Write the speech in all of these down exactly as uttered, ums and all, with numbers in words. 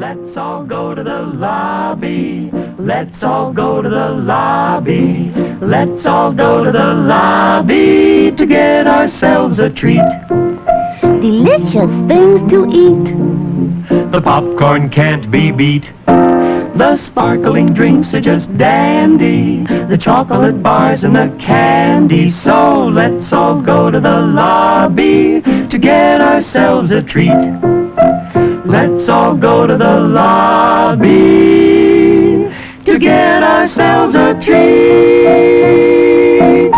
Let's all go to the lobby. Let's all go to the lobby. Let's all go to the lobby to get ourselves a treat. Delicious things to eat. The popcorn can't be beat. The sparkling drinks are just dandy. The chocolate bars and the candy. So let's all go to the lobby to get ourselves a treat. Let's all go to the lobby to get ourselves a treat.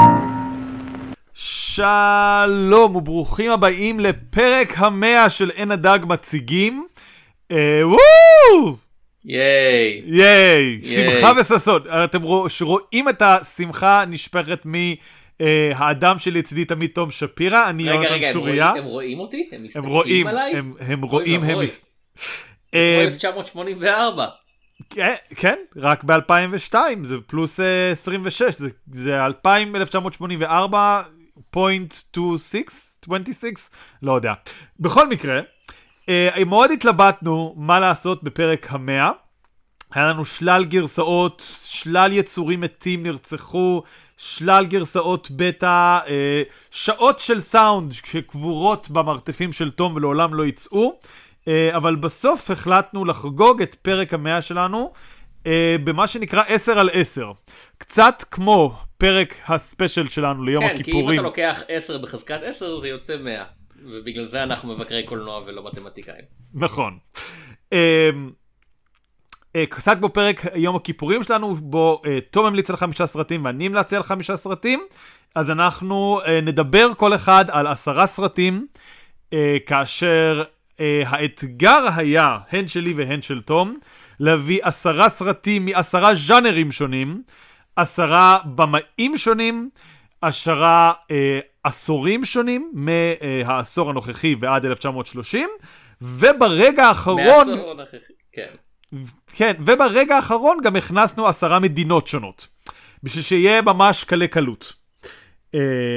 שלום וברוכים הבאים לפרק המאה של אין הדג מציגים. אה, וואו! ייי. ייי, שמחה וששון. אתם רואים את השמחה נשפכת מהאדם שלי לצידי תמיד תום שפירא. אני רגע, רגע, צוריה. הם רואים אותי? הם מסתכלים רואים, עליי? הם, הם רואים, הם מס... אלף תשע מאות שמונים וארבע. כן, כן, רק ב-אלפיים ושתיים, זה פלוס עשרים ושש, זה, זה אלף תשע מאות שמונים וארבע נקודה עשרים ושש, לא יודע. בכל מקרה, אה, מאוד התלבטנו מה לעשות בפרק המאה. היה לנו שלל גרסאות, שלל יצורים מתים נרצחו, שלל גרסאות בטא, אה, שעות של סאונד שקבורות במרתפים של תום ולעולם לא יצאו. אה, אבל בסוף החלטנו לחגוג את פרק המאה שלנו אה, במה שנקרא עשר על עשר. קצת כמו פרק הספיישל שלנו ליום כן, הכיפורים. כי אם אתה לוקח עשר בחזקת עשר זה יוצא מאה. ובגלל זה אנחנו מבקרי קולנוע ולא מתמטיקאים. נכון. אה, אה, קצת כמו פרק יום הכיפורים שלנו, בו אה, תום המליץ על חמישה סרטים ואני המלצתי על חמישה סרטים. אז אנחנו אה, נדבר כל אחד על עשרה סרטים, אה, כאשר... Uh, האתגר היה, הן שלי והן של תום, להביא עשרה סרטים מעשרה ז'אנרים שונים, עשרה במאים שונים, עשרה uh, עשורים שונים, מהעשור הנוכחי ועד אלף תשע מאות שלושים, וברגע האחרון... מהעשור הנוכחי, כן. כן, וברגע האחרון גם הכנסנו עשרה מדינות שונות, בשביל שיהיה ממש קלה קלות. Uh,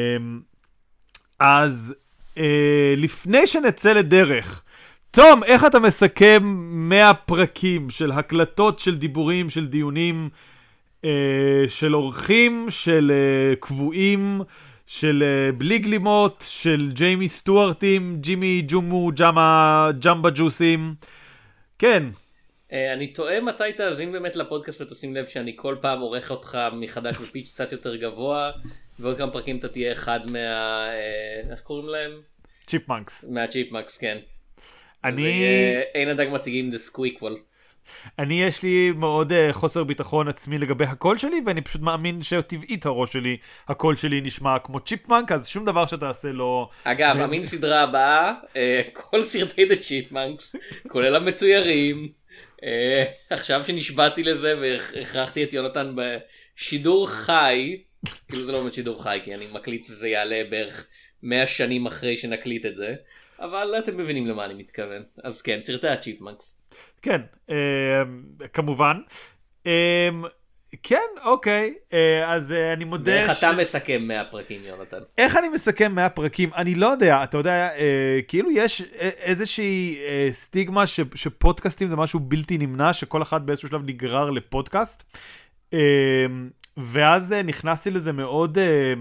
אז... Uh, לפני שנצא לדרך, תום, איך אתה מסכם מאה פרקים של הקלטות, של דיבורים, של דיונים, uh, של אורחים, של uh, קבועים, של uh, בלי גלימות, של ג'יימי סטוארטים, ג'ימי ג'ומו, ג'אמה, ג'מבה ג'וסים? כן. Uh, אני טועה מתי תאזין באמת לפודקאסט ותשים לב שאני כל פעם עורך אותך מחדש בפיץ' קצת יותר גבוה, ועוד כמה פרקים אתה תהיה אחד מה... איך קוראים להם? צ'יפמנקס. מהצ'יפמנקס, כן. אני... אין הדג מציגים the squeakquel. אני יש לי מאוד uh, חוסר ביטחון עצמי לגבי הקול שלי, ואני פשוט מאמין שטבעית הראש שלי, הקול שלי נשמע כמו צ'יפמנק, אז שום דבר שאתה עושה לא... אגב, המין סדרה הבאה, uh, כל סרטי the צ'יפמנקס, כולל המצוירים, uh, עכשיו שנשבעתי לזה והכרחתי את יונתן בשידור חי, כאילו זה לא באמת שידור חי, כי אני מקליט וזה יעלה בערך מאה שנים אחרי שנקליט את זה, אבל אתם מבינים למה אני מתכוון. אז כן, סרטי הצ'יפמנקס. כן, אה, כמובן. אה, כן, אוקיי, אה, אז אה, אני מודה... ואיך ש... אתה מסכם מאה פרקים, יונתן? איך אני מסכם מאה פרקים? אני לא יודע, אתה יודע, אה, כאילו יש איזושהי אה, סטיגמה ש, שפודקאסטים זה משהו בלתי נמנע, שכל אחד באיזשהו שלב נגרר לפודקאסט, אה, ואז אה, נכנסתי לזה מאוד... אה,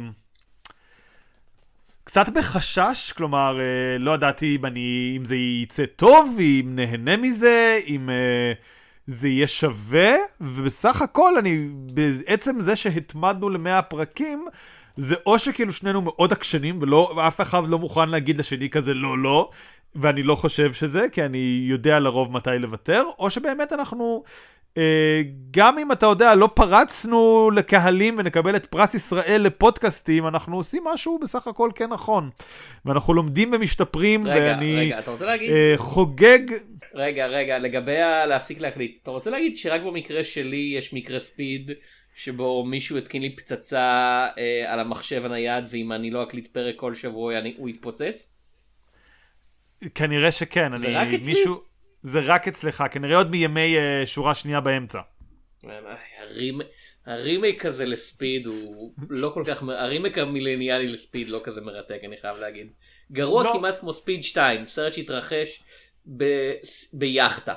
קצת בחשש, כלומר, אה, לא ידעתי אם, אני, אם זה יצא טוב, אם נהנה מזה, אם אה, זה יהיה שווה, ובסך הכל, אני, בעצם זה שהתמדנו למאה פרקים, זה או שכאילו שנינו מאוד עקשנים, ואף אחד לא מוכן להגיד לשני כזה לא, לא, ואני לא חושב שזה, כי אני יודע לרוב מתי לוותר, או שבאמת אנחנו... גם אם אתה יודע, לא פרצנו לקהלים ונקבל את פרס ישראל לפודקאסטים, אנחנו עושים משהו בסך הכל כן נכון. ואנחנו לומדים ומשתפרים, רגע, ואני רגע, אתה רוצה להגיד? חוגג... רגע, רגע, לגבי להפסיק להקליט. אתה רוצה להגיד שרק במקרה שלי יש מקרה ספיד, שבו מישהו התקין לי פצצה אה, על המחשב הנייד, ואם אני לא אקליט פרק כל שבוע, אני, הוא יתפוצץ? כנראה שכן. זה אני, רק אצלי? מישהו... זה רק אצלך, כנראה עוד מימי uh, שורה שנייה באמצע. הרימייק, הרימייק הזה לספיד הוא לא כל כך, הרימייק המילניאלי לספיד לא כזה מרתק, אני חייב להגיד. גרוע לא. כמעט כמו ספיד שתיים, סרט שהתרחש ב... ביחטה.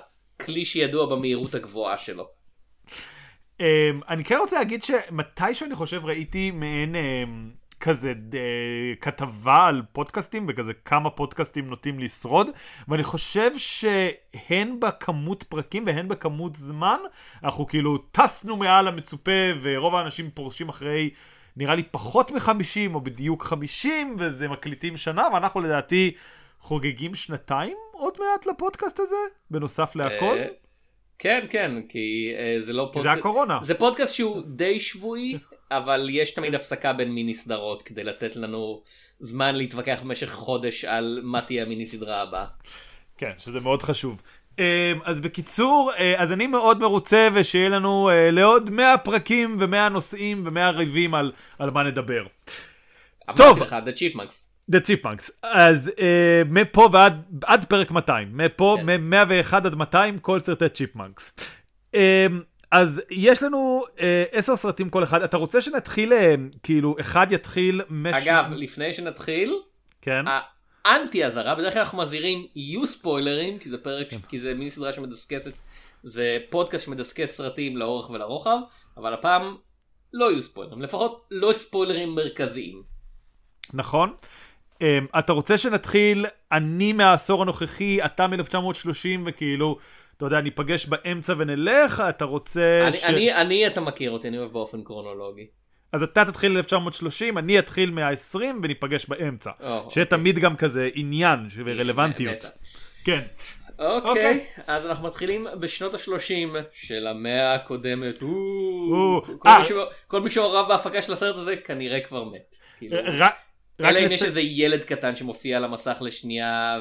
כלי שידוע במהירות הגבוהה שלו. אני כן רוצה להגיד שמתישהו אני חושב ראיתי מעין כזה כתבה על פודקאסטים, וכזה כמה פודקאסטים נוטים לשרוד, ואני חושב שהן בכמות פרקים והן בכמות זמן, אנחנו כאילו טסנו מעל המצופה, ורוב האנשים פורשים אחרי נראה לי פחות מ-חמישים או בדיוק חמישים, וזה מקליטים שנה, ואנחנו לדעתי חוגגים שנתיים עוד מעט לפודקאסט הזה, בנוסף להכל. כן, כן, כי זה לא פודקאסט... זה הקורונה. זה פודקאסט שהוא די שבועי, אבל יש תמיד הפסקה בין מיני סדרות, כדי לתת לנו זמן להתווכח במשך חודש על מה תהיה המיני סדרה הבאה. כן, שזה מאוד חשוב. אז בקיצור, אז אני מאוד מרוצה, ושיהיה לנו לעוד מאה פרקים ומאה נושאים ומאה ריבים על, על מה נדבר. טוב. לך, The Chipmunks. The Chipmunks. אז uh, מפה ועד עד פרק מאתיים. מפה, כן. מ-מאה ואחת עד מאתיים, כל סרטי Chipmunks. Um, אז יש לנו uh, עשר סרטים כל אחד. אתה רוצה שנתחיל, uh, כאילו, אחד יתחיל... מש... אגב, לפני שנתחיל, כן. האנטי הזרה, בדרך כלל אנחנו מזהירים, יהיו ספוילרים, כי זה פרק, כן. כי זה מיני סדרה שמדסקסת, זה פודקאסט שמדסקס סרטים לאורך ולרוחב, אבל הפעם לא יהיו ספוילרים. לפחות לא ספוילרים מרכזיים. נכון. Um, אתה רוצה שנתחיל, אני מהעשור הנוכחי, אתה מ-אלף תשע מאות שלושים, וכאילו, אתה יודע, ניפגש באמצע ונלך, אתה רוצה... אני, ש... אני, אני, אתה מכיר אותי, אני אוהב באופן קרונולוגי. אז אתה תתחיל אלף תשע מאות שלושים, אני אתחיל מה-עשרים, וניפגש באמצע. Oh, שיהיה okay. תמיד גם כזה עניין ורלוונטיות. כן. אוקיי, okay, okay. אז אנחנו מתחילים בשנות ה-שלושים של המאה הקודמת. כל מי שעורב בהפקה של הסרט הזה, כנראה כבר מת. כאילו... אלא אם יש איזה ילד קטן שמופיע על המסך לשנייה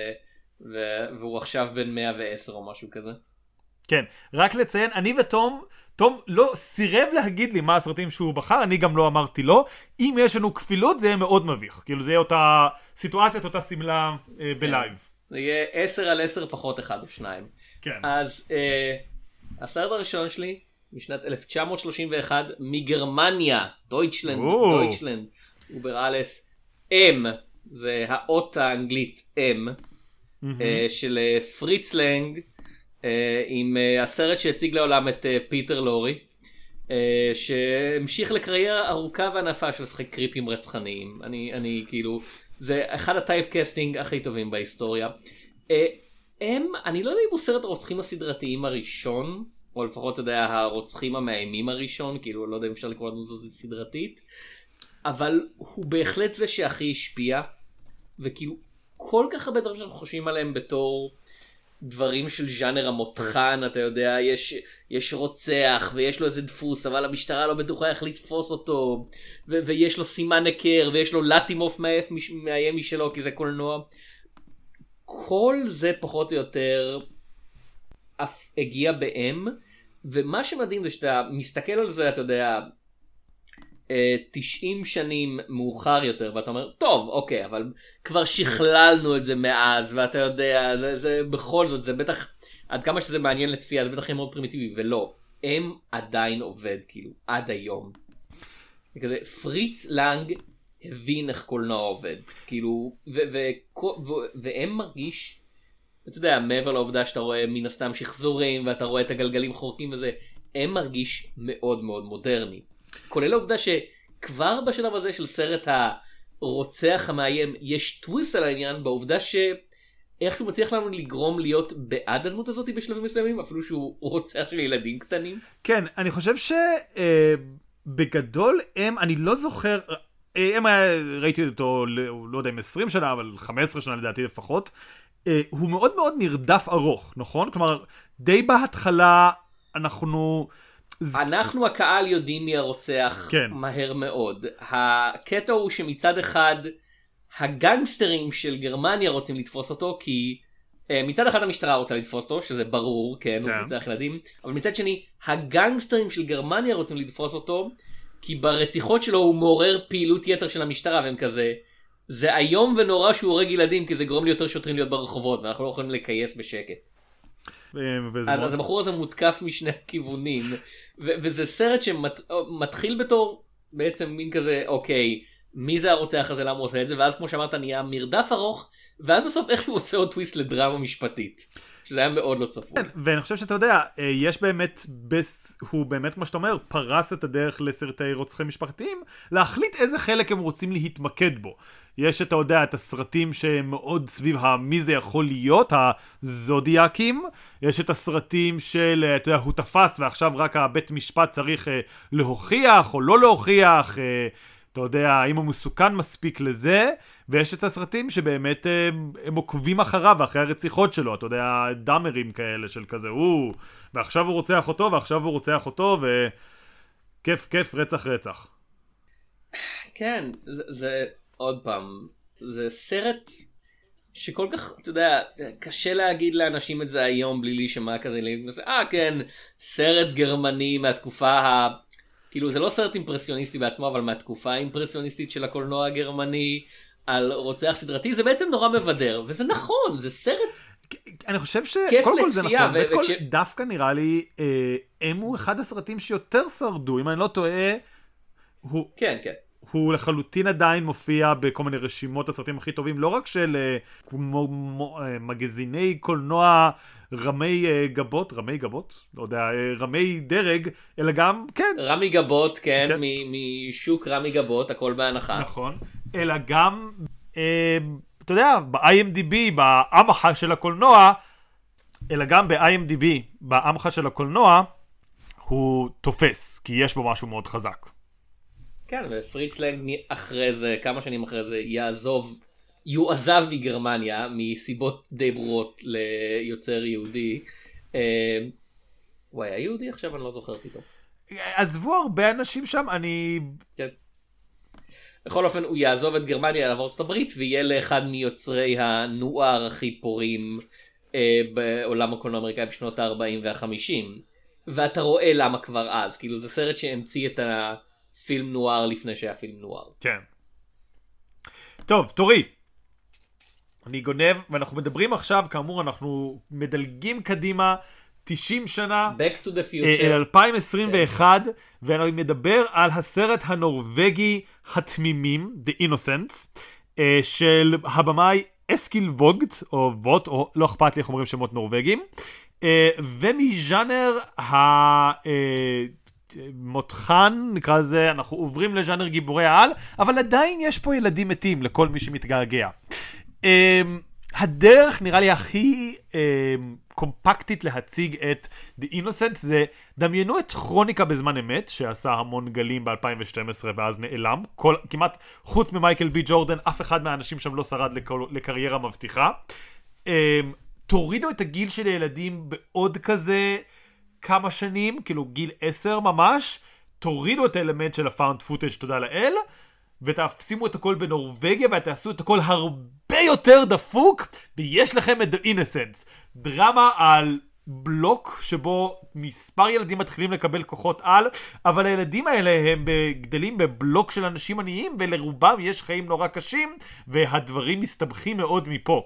והוא עכשיו בן מאה ועשר או משהו כזה. כן, רק לציין, אני ותום, תום לא סירב להגיד לי מה הסרטים שהוא בחר, אני גם לא אמרתי לו. אם יש לנו כפילות זה יהיה מאוד מביך, כאילו זה יהיה אותה סיטואציה, אותה סמלה בלייב. זה יהיה עשר על עשר פחות אחד או שניים. כן. אז הסרט הראשון שלי משנת אלף תשע מאות שלושים ואחת מגרמניה, דויטשלנד, דויטשלנד. אוברלס, M, זה האות האנגלית M, mm-hmm. uh, של uh, פריץ לנג, uh, עם uh, הסרט שהציג לעולם את uh, פיטר לורי, uh, שהמשיך לקריירה ארוכה וענפה של שחק קריפים רצחניים. אני, אני כאילו, זה אחד הטייפקסטינג הכי טובים בהיסטוריה. Uh, M, אני לא יודע אם הוא סרט הרוצחים הסדרתיים הראשון, או לפחות, אתה יודע, הרוצחים המאיימים הראשון, כאילו, לא יודע אם אפשר לקרוא לנו זאת סדרתית, אבל הוא בהחלט זה שהכי השפיע, וכאילו כל כך הרבה דברים שאנחנו חושבים עליהם בתור דברים של ז'אנר המותחן, אתה יודע, יש, יש רוצח ויש לו איזה דפוס, אבל המשטרה לא בטוחה איך לתפוס אותו, ו- ויש לו סימן היכר, ויש לו לטימוף מאיים משלו, כי זה קולנוע. כל זה פחות או יותר אף הגיע ב-M, ומה שמדהים זה שאתה מסתכל על זה, אתה יודע, תשעים שנים מאוחר יותר, ואתה אומר, טוב, אוקיי, אבל כבר שכללנו את זה מאז, ואתה יודע, זה, זה בכל זאת, זה בטח, עד כמה שזה מעניין לצפייה, זה בטח יהיה מאוד פרימיטיבי, ולא, הם עדיין עובד, כאילו, עד היום. כזה, פריץ לנג הבין איך קולנוע עובד, כאילו, והם מרגיש, אתה יודע, מעבר לעובדה שאתה רואה מן הסתם שחזורים, ואתה רואה את הגלגלים חורקים וזה, הם מרגיש מאוד מאוד מודרני. כולל העובדה שכבר בשלב הזה של סרט הרוצח המאיים יש טוויסט על העניין, בעובדה שאיך הוא מצליח לנו לגרום להיות בעד הדמות הזאת בשלבים מסוימים, אפילו שהוא רוצח של ילדים קטנים. כן, אני חושב שבגדול הם, אני לא זוכר, הם ראיתי אותו, לא יודע אם עשרים שנה, אבל חמש עשרה שנה לדעתי לפחות, הוא מאוד מאוד נרדף ארוך, נכון? כלומר, די בהתחלה אנחנו... אנחנו הקהל יודעים מי הרוצח כן. מהר מאוד. הקטע הוא שמצד אחד הגנגסטרים של גרמניה רוצים לתפוס אותו, כי מצד אחד המשטרה רוצה לתפוס אותו, שזה ברור, כן, כן. הוא רוצח ילדים, אבל מצד שני הגנגסטרים של גרמניה רוצים לתפוס אותו, כי ברציחות שלו הוא מעורר פעילות יתר של המשטרה, והם כזה, זה היום ונורא שהוא הורג ילדים, כי זה גורם לי יותר שוטרים להיות ברחובות, ואנחנו לא יכולים לקייס בשקט. אז, אז הבחור הזה מותקף משני הכיוונים, ו- וזה סרט שמתחיל בתור בעצם מין כזה, אוקיי, מי זה הרוצח הזה, למה הוא עושה את זה, ואז כמו שאמרת נהיה מרדף ארוך, ואז בסוף איכשהו עושה עוד טוויסט לדרמה משפטית, שזה היה מאוד לא צפוי. ואני חושב שאתה יודע, יש באמת, הוא באמת, כמו שאתה אומר, פרס את הדרך לסרטי רוצחים משפחתיים, להחליט איזה חלק הם רוצים להתמקד בו. יש, אתה יודע, את הסרטים שהם מאוד סביב מי זה יכול להיות, הזודיאקים. יש את הסרטים של, אתה יודע, הוא תפס ועכשיו רק הבית משפט צריך אה, להוכיח או לא להוכיח, אה, אתה יודע, האם הוא מסוכן מספיק לזה. ויש את הסרטים שבאמת הם, הם עוקבים אחריו ואחרי הרציחות שלו, אתה יודע, דאמרים כאלה של כזה, הוא, ועכשיו הוא רוצח אותו, ועכשיו הוא רוצח אותו, וכיף, כיף, רצח, רצח. כן, זה, זה עוד פעם, זה סרט שכל כך, אתה יודע, קשה להגיד לאנשים את זה היום בלי להישמע כזה, אה כן, סרט גרמני מהתקופה ה... כאילו זה לא סרט אימפרסיוניסטי בעצמו, אבל מהתקופה האימפרסיוניסטית של הקולנוע הגרמני, על רוצח סדרתי, זה בעצם נורא מבדר, וזה נכון, זה סרט אני חושב כיף שקודם כל זה נכון, לצפייה, וכל, וכש- דווקא נראה לי, אה, הם הוא אחד הסרטים שיותר שרדו, אם אני לא טועה, הוא, כן, כן. הוא לחלוטין עדיין מופיע בכל מיני רשימות הסרטים הכי טובים, לא רק של אה, כמו, מו, אה, מגזיני קולנוע רמי אה, גבות, רמי גבות, לא יודע, אה, רמי דרג, אלא גם, כן. רמי גבות, כן, כן. מ- משוק רמי גבות, הכל בהנחה. נכון, אלא גם, אה, אתה יודע, ב-איי אם די בי, בעמך של הקולנוע, אלא גם ב-איי אם די בי, בעמך של הקולנוע, הוא תופס, כי יש בו משהו מאוד חזק. כן, ופריץ לנג אחרי זה, כמה שנים אחרי זה, יעזוב, יועזב מגרמניה, מסיבות די ברורות ליוצר יהודי. אה, וואי, היהודי עכשיו אני לא זוכר פתאום. עזבו הרבה אנשים שם, אני... כן. בכל אופן, הוא יעזוב את גרמניה לעבור ארצות הברית, ויהיה לאחד מיוצרי הנואר הכי פורים אה, בעולם הקולנוע האמריקאי בשנות ה-ארבעים וה-חמישים. ואתה רואה למה כבר אז, כאילו זה סרט שהמציא את הפילם נואר לפני שהיה פילם נואר. כן. טוב, תורי. אני גונב, ואנחנו מדברים עכשיו, כאמור, אנחנו מדלגים קדימה תשעים שנה. Back to the אל future. אלפיים עשרים ואחת, ואני מדבר על הסרט הנורווגי התמימים, The Innocents, אה, של הבמאי אסקיל ווגט, או ווט, או לא אכפת לי איך אומרים שמות נורווגים, אה, ומז'אנר המותחן, נקרא לזה, אנחנו עוברים לז'אנר גיבורי העל, אבל עדיין יש פה ילדים מתים לכל מי שמתגעגע. אה, הדרך נראה לי הכי אה, קומפקטית להציג את The Innocents זה, דמיינו את כרוניקה בזמן אמת, שעשה המון גלים ב-אלפיים ושתים עשרה ואז נעלם, כל, כמעט חוץ ממייקל בי ג'ורדן, אף אחד מהאנשים שם לא שרד לקר... לקריירה מבטיחה. אה, תורידו את הגיל של הילדים בעוד כזה כמה שנים, כאילו גיל עשר ממש, תורידו את האלמנט של הפאונד פוטאג' תודה לאל, ותשימו את הכל בנורווגיה, ותעשו את הכל הרבה יותר דפוק, ויש לכם את The Innocents. דרמה על בלוק שבו מספר ילדים מתחילים לקבל כוחות על, אבל הילדים האלה הם גדלים בבלוק של אנשים עניים, ולרובם יש חיים נורא קשים, והדברים מסתבכים מאוד מפה.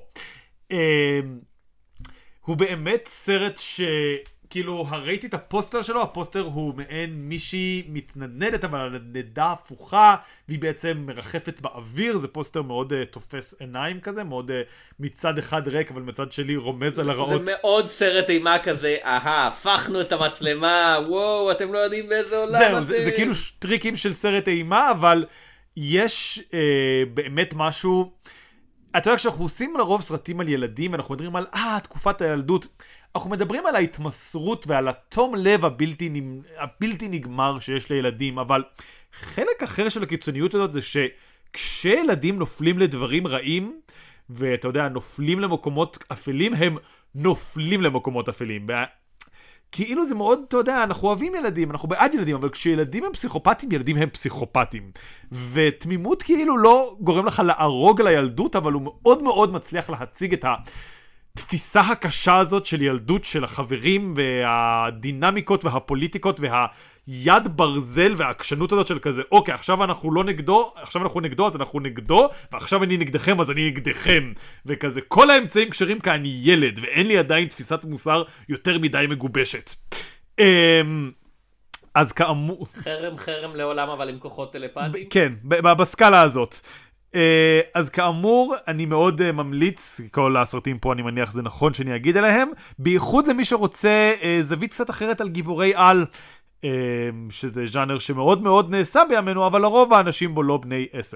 הוא באמת סרט ש... כאילו, ראיתי את הפוסטר שלו, הפוסטר הוא מעין מישהי מתנדנדת, אבל הנדנדה הפוכה, והיא בעצם מרחפת באוויר, זה פוסטר מאוד uh, תופס עיניים כזה, מאוד uh, מצד אחד ריק, אבל מצד שלי רומז על הרעות. זה מאוד סרט אימה כזה, אהה, הפכנו את המצלמה, וואו, אתם לא יודעים באיזה עולם זהו, אתם. זה, זה כאילו טריקים של סרט אימה, אבל יש uh, באמת משהו... אתה יודע, כשאנחנו עושים לרוב סרטים על ילדים, אנחנו מדברים על, אה, תקופת הילדות, אנחנו מדברים על ההתמסרות ועל התום לב הבלתי, הבלתי נגמר שיש לילדים, אבל חלק אחר של הקיצוניות הזאת זה שכשילדים נופלים לדברים רעים, ואתה יודע, נופלים למקומות אפלים, הם נופלים למקומות אפלים. כאילו זה מאוד, אתה יודע, אנחנו אוהבים ילדים, אנחנו בעד ילדים, אבל כשילדים הם פסיכופטים, ילדים הם פסיכופטים. ותמימות כאילו לא גורם לך להרוג לילדות, אבל הוא מאוד מאוד מצליח להציג את התפיסה הקשה הזאת של ילדות, של החברים והדינמיקות והפוליטיקות והיד ברזל והעקשנות הזאת של כזה, אוקיי, עכשיו אנחנו לא נגדו, עכשיו אנחנו נגדו, אז אנחנו נגדו, ועכשיו אני נגדכם, אז אני נגדכם. וכזה, כל האמצעים קשרים כי אני ילד, ואין לי עדיין תפיסת מוסר יותר מדי מגובשת. אז כאמור... חרם חרם לעולם אבל עם כוחות טלפתיים. כן, בסקאלה הזאת. אז כאמור, אני מאוד ממליץ, כל הסרטים פה אני מניח זה נכון שאני אגיד עליהם, בייחוד למי שרוצה זווית קצת אחרת על גיבורי על, שזה ז'אנר שמאוד מאוד נעשה בימינו, אבל לרוב האנשים בו לא בני עשר.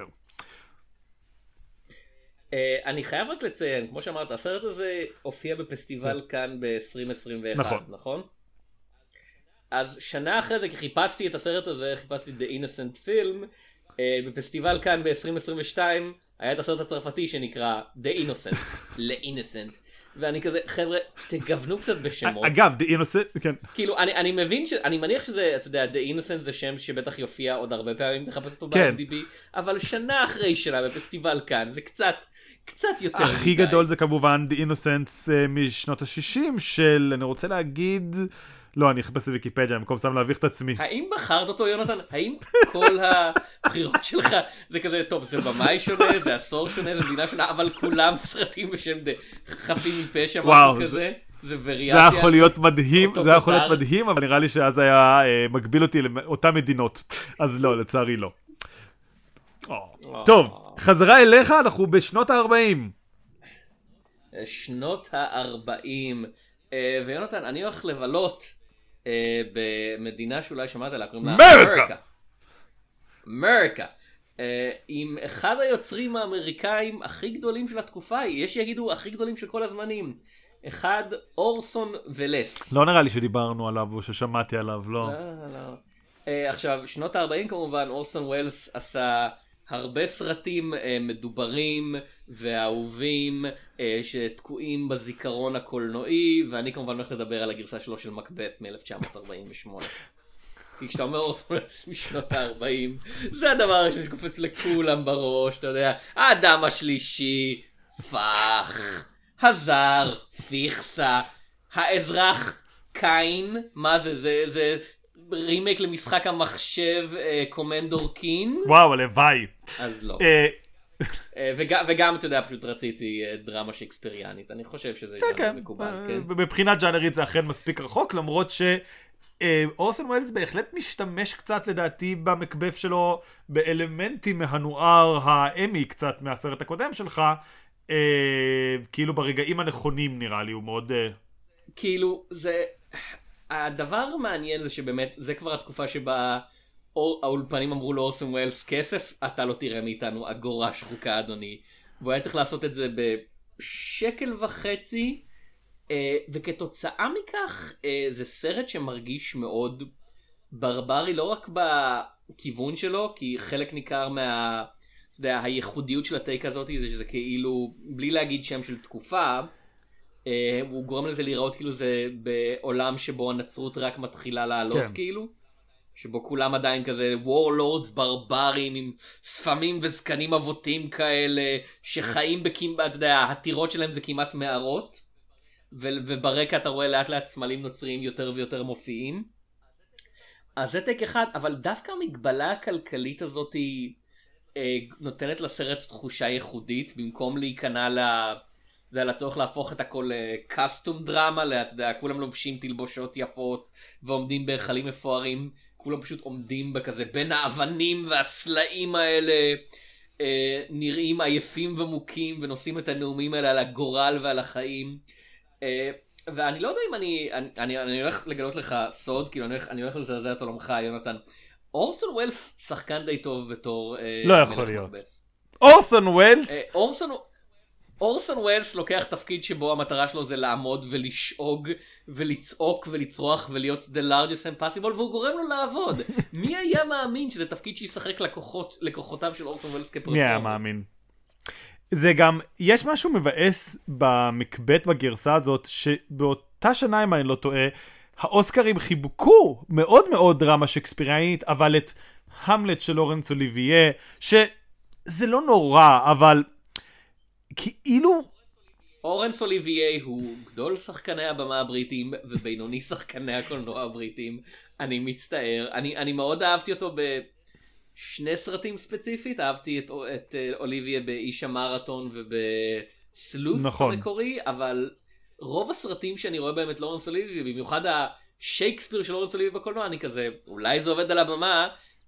אני חייב רק לציין, כמו שאמרת, הסרט הזה הופיע בפסטיבל כאן ב-עשרים עשרים ואחת, נכון? נכון? אז שנה אחרי זה, כי חיפשתי את הסרט הזה, חיפשתי The Innocent Film, בפסטיבל כאן ב-עשרים עשרים ושתיים, היה את הסרט הצרפתי שנקרא The Innocent, ל-Innocent. ואני כזה, חבר'ה, תגוונו קצת בשמות. אגב, The Innocent, כן. כאילו, אני, אני מבין, ש... אני מניח שזה, אתה יודע, The Innocent זה שם שבטח יופיע עוד הרבה פעמים, תחפש אותו ב-איי די בי, אבל שנה אחרי שנה בפסטיבל כאן, זה קצת, קצת יותר מדי. הכי גדול זה כמובן The Innocent משנות ה-שישים של, אני רוצה להגיד, לא, אני אחפש בוויקיפדיה, במקום סתם להביך את עצמי. האם בחרת אותו, יונתן? האם כל הבחירות שלך, זה כזה, טוב, זה במאי שונה, זה עשור שונה, זה מדינה שונה, אבל כולם סרטים בשם חפים מפשע, משהו כזה? זה וריאציה. זה יכול להיות מדהים, זה יכול להיות מדהים, אבל נראה לי שאז היה מגביל אותי לאותן מדינות. אז לא, לצערי לא. טוב, חזרה אליך, אנחנו בשנות ה-ארבעים. שנות ה-ארבעים. ויונתן, אני הולך לבלות במדינה שאולי שמעת עליה, קוראים לה אמריקה. אמריקה. עם אחד היוצרים האמריקאים הכי גדולים של התקופה, יש שיגידו הכי גדולים של כל הזמנים. אחד, אורסון ולס. לא נראה לי שדיברנו עליו או ששמעתי עליו, לא. לא, לא. עכשיו, שנות ה-ארבעים כמובן, אורסון וולס עשה הרבה סרטים מדוברים ואהובים שתקועים בזיכרון הקולנועי, ואני כמובן הולך לדבר על הגרסה שלו של מקבת מ-אלף תשע מאות ארבעים ושמונה. כי כשאתה אומר אורסון וולס משנות ה-ארבעים, זה הדבר הראשון שקופץ לכולם בראש, אתה יודע, האדם השלישי, פח, הזר, פיכסה, האזרח קיין, מה זה, זה, זה רימייק למשחק המחשב קומנדור קין. וואו, הלוואי. אז לא. וגם, וגם, אתה יודע, פשוט רציתי דרמה שייקספיריאנית, אני חושב שזה ז'אנר מקובל, כן? מבחינת ז'אנרית זה אכן מספיק רחוק, למרות ש... אורסון וולס בהחלט משתמש קצת לדעתי במקבף שלו באלמנטים מהנוער האמי קצת מהסרט הקודם שלך, כאילו ברגעים הנכונים נראה לי הוא מאוד כאילו זה הדבר המעניין זה שבאמת זה כבר התקופה שבה האולפנים אמרו לאורסון וולס כסף אתה לא תראה מאיתנו אגורה שחוקה אדוני, והוא היה צריך לעשות את זה בשקל וחצי. Uh, וכתוצאה מכך uh, זה סרט שמרגיש מאוד ברברי, לא רק בכיוון שלו, כי חלק ניכר מה, אתה יודע, הייחודיות של הטייק הזאת זה שזה כאילו, בלי להגיד שם של תקופה, uh, הוא גורם לזה להיראות כאילו זה בעולם שבו הנצרות רק מתחילה לעלות, כן. כאילו, שבו כולם עדיין כזה וורלורדס ברברים עם ספמים וזקנים אבותים כאלה שחיים בכמעט, אתה יודע, הטירות שלהם זה כמעט מערות, וברקע אתה רואה לאט לאט סמלים נוצריים יותר ויותר מופיעים. אז זה טייק אחד, אבל דווקא המגבלה הכלכלית הזאת היא אה, נותנת לסרט תחושה ייחודית, במקום להיכנע לצורך להפוך את הכל קאסטום דרמה, אתה יודע, כולם לובשים תלבושות יפות ועומדים בהיכלים מפוארים, כולם פשוט עומדים בכזה בין האבנים והסלעים האלה, אה, נראים עייפים ומוכים ונושאים את הנאומים האלה על הגורל ועל החיים. Uh, ואני לא יודע אם אני, אני, אני, אני הולך לגלות לך סוד, כאילו אני הולך, אני הולך לזעזע את עולמך, יונתן. אורסון וולס שחקן די טוב בתור... Uh, לא יכול להיות. אורסון וולס? Uh, אורסון, אורסון וולס לוקח תפקיד שבו המטרה שלו זה לעמוד ולשאוג ולצעוק ולצרוח ולהיות the largest and possible, והוא גורם לו לעבוד. מי היה מאמין שזה תפקיד שישחק לקוחות, לקוחותיו של אורסון וולס כפרפורמר? מי היה מאמין? זה גם, יש משהו מבאס במקבט בגרסה הזאת, שבאותה שנה, אם אני לא טועה, האוסקרים חיבקו מאוד מאוד דרמה שייקספיריאנית, אבל את המלט של לורנס אוליביה, שזה לא נורא, אבל כאילו... לורנס אוליביה הוא גדול שחקני הבמה הבריטים, ובינוני שחקני הקולנוע הבריטים. אני מצטער, אני, אני מאוד אהבתי אותו ב... שני סרטים ספציפית, אהבתי את, את אוליביה באיש המרתון ובסלוף נכון. המקורי, אבל רוב הסרטים שאני רואה בהם את לורנס אוליביה, במיוחד השייקספיר של לורנס אוליביה בקולנוע, אני כזה, אולי זה עובד על הבמה,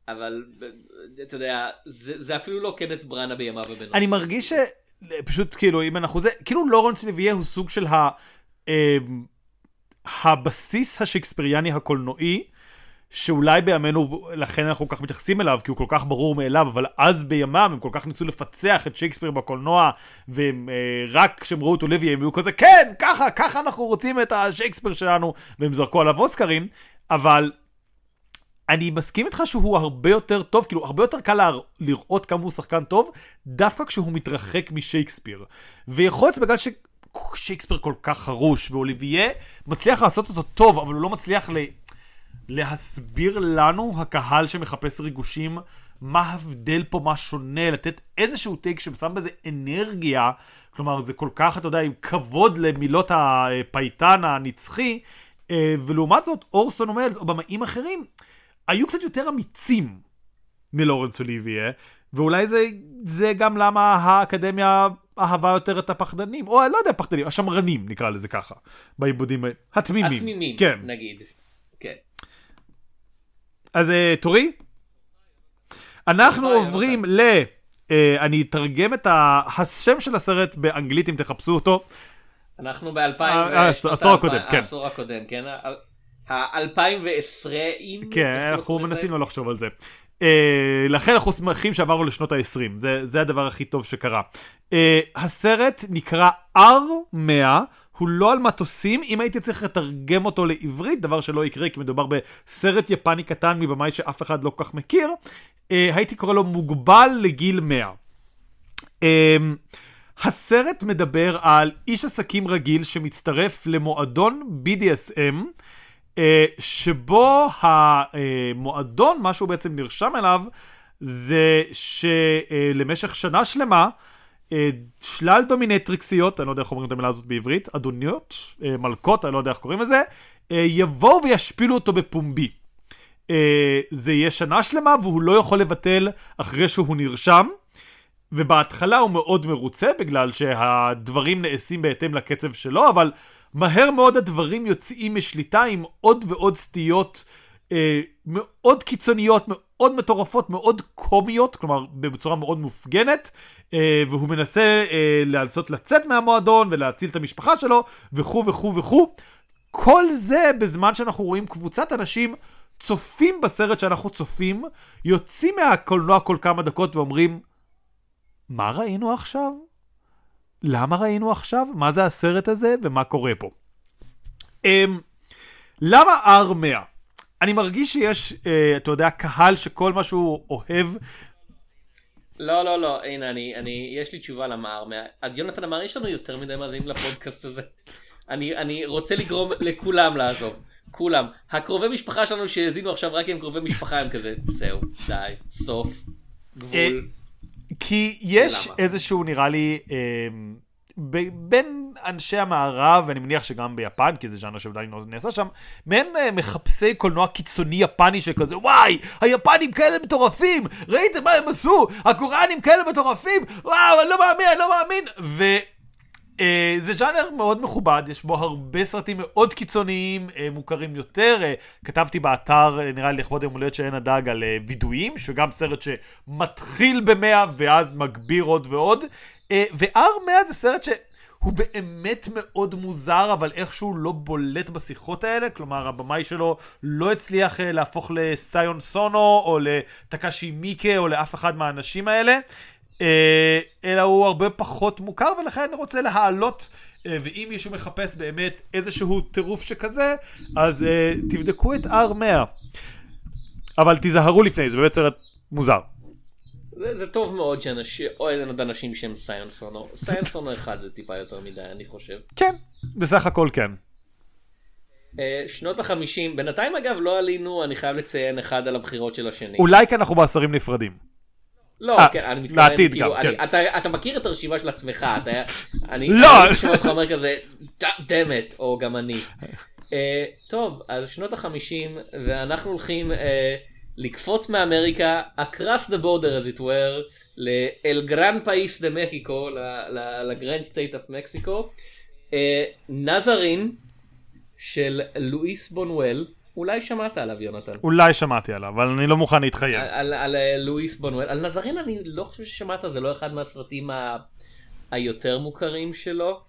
אבל אתה יודע, זה, זה אפילו לא קנת בראנה בימיו ובנו. אני מרגיש שפשוט כאילו, אם אנחנו זה, כאילו לורנס אוליבייה הוא סוג של ה, אה, הבסיס השייקספיריאני הקולנועי, שאולי בימינו, לכן אנחנו כל כך מתייחסים אליו, כי הוא כל כך ברור מאליו, אבל אז בימם הם כל כך ניסו לפצח את שייקספיר בקולנוע, ורק כשהם ראו את אוליביה הם היו כזה, כן, ככה, ככה אנחנו רוצים את השייקספיר שלנו, והם זרקו עליו אוסקרים, אבל אני מסכים איתך שהוא הרבה יותר טוב, כאילו הרבה יותר קל לראות כמה הוא שחקן טוב, דווקא כשהוא מתרחק משייקספיר. ויכול להיות בגלל ששייקספיר כל כך חרוש, ואוליביה מצליח לעשות אותו טוב, אבל הוא לא מצליח ל... להסביר לנו, הקהל שמחפש ריגושים, מה הבדל פה, מה שונה, לתת איזשהו טייק ששם בזה אנרגיה, כלומר זה כל כך, אתה יודע, עם כבוד למילות הפייטן הנצחי, ולעומת זאת אורסון ומיילס או במאים אחרים, היו קצת יותר אמיצים מלורנס אוליביה, ואולי זה, זה גם למה האקדמיה אהבה יותר את הפחדנים, או לא יודע, פחדנים, השמרנים נקרא לזה ככה, בעיבודים התמימים. התמימים, כן. נגיד. כן. אז תורי, אנחנו עוברים ל... אני אתרגם את השם של הסרט באנגלית אם תחפשו אותו. אנחנו ב-אלפיים... העשור הקודם, כן. העשור הקודם, כן. ה-אלפיים ועשרים. כן, אנחנו מנסים לא לחשוב על זה. לכן אנחנו שמחים שעברנו לשנות ה-עשרים. זה הדבר הכי טוב שקרה. הסרט נקרא אר מאה. הוא לא על מטוסים, אם הייתי צריך לתרגם אותו לעברית, דבר שלא יקרה, כי מדובר בסרט יפני קטן מבמאי שאף אחד לא כל כך מכיר, הייתי קורא לו מוגבל לגיל מאה. הסרט מדבר על איש עסקים רגיל שמצטרף למועדון בי די אס אם, שבו המועדון, מה שהוא בעצם נרשם אליו, זה שלמשך שנה שלמה, שלל דומינטריקסיות, אני לא יודע איך אומרים את המילה הזאת בעברית, אדוניות, מלכות, אני לא יודע איך קוראים לזה, יבואו וישפילו אותו בפומבי. זה יהיה שנה שלמה והוא לא יכול לבטל אחרי שהוא נרשם, ובהתחלה הוא מאוד מרוצה בגלל שהדברים נעשים בהתאם לקצב שלו, אבל מהר מאוד הדברים יוצאים משליטה עם עוד ועוד סטיות מאוד קיצוניות, מאוד מטורפות, מאוד קומיות, כלומר בצורה מאוד מופגנת, והוא מנסה לעשות לצאת מהמועדון ולהציל את המשפחה שלו וכו' וכו' וכו'. כל זה בזמן שאנחנו רואים קבוצת אנשים צופים בסרט שאנחנו צופים, יוצאים מהקולנוע כל כמה דקות ואומרים, מה ראינו עכשיו? למה ראינו עכשיו? מה זה הסרט הזה ומה קורה פה? למה אר מאה? אני מרגיש שיש, אתה יודע, קהל שכל מה שהוא אוהב. לא, לא, לא, הנה, אני, אני, יש לי תשובה למה אר מאה. עד יונתן אמר, יש לנו יותר מדי מאזינים לפודקאסט הזה. אני, אני רוצה לגרום לכולם לעזוב. כולם. הקרובי משפחה שלנו שהזינו עכשיו רק עם קרובי משפחה הם כזה, זהו, די, סוף, גבול. כי יש איזשהו, נראה לי, בין אנשי המערב, ואני מניח שגם ביפן, כי זה ז'אנר שעדיין נעשה שם, מעין מחפשי קולנוע קיצוני יפני שכזה, וואי, היפנים כאלה מטורפים, ראיתם מה הם עשו? הקוריאנים כאלה מטורפים, וואו, אני לא מאמין, אני לא מאמין. וזה ז'אנר מאוד מכובד, יש בו הרבה סרטים מאוד קיצוניים, מוכרים יותר. כתבתי באתר, נראה לי לכבוד יום הולדת שאין הדג, על וידויים, שגם סרט שמתחיל במאה ואז מגביר עוד ועוד. ואר מאה זה סרט שהוא באמת מאוד מוזר, אבל איכשהו לא בולט בשיחות האלה, כלומר הבמאי שלו לא הצליח להפוך לסיון סונו או לטקאשי מייקה או לאף אחד מהאנשים האלה, אלא הוא הרבה פחות מוכר, ולכן אני רוצה להעלות, ואם מישהו מחפש באמת איזשהו טירוף שכזה, אז תבדקו את אר מאה. אבל תיזהרו לפני, זה באמת סרט מוזר. זה, זה טוב מאוד שאנשים, או אין עוד אנשים שהם סיון סונו. סיון סונו אחד זה טיפה יותר מדי, אני חושב. כן, בסך הכל כן. Uh, שנות החמישים, בינתיים אגב לא עלינו, אני חייב לציין אחד על הבחירות של השני. אולי כן אנחנו בעשרים נפרדים. לא, 아, כן, אני מתכוון, לעתיד כאילו, גם, אני, כן. אתה, אתה מכיר את הרשימה של עצמך, אתה, אני, לא! אני משמע אותך אומר כזה, דמת, או גם אני. Uh, טוב, אז שנות החמישים, ואנחנו הולכים... Uh, לקפוץ מאמריקה, across the border as it were, לאל גרן פאיס דה מקסיקו, לגרנד סטייט אוף מקסיקו, נזרין של לואיס בונואל, אולי שמעת עליו, יונתן. אולי שמעתי עליו, אבל אני לא מוכן להתחייב. על, על, על לואיס בונואל. על נזרין אני לא חושב ששמעת, זה לא אחד מהסרטים ה... היותר מוכרים שלו.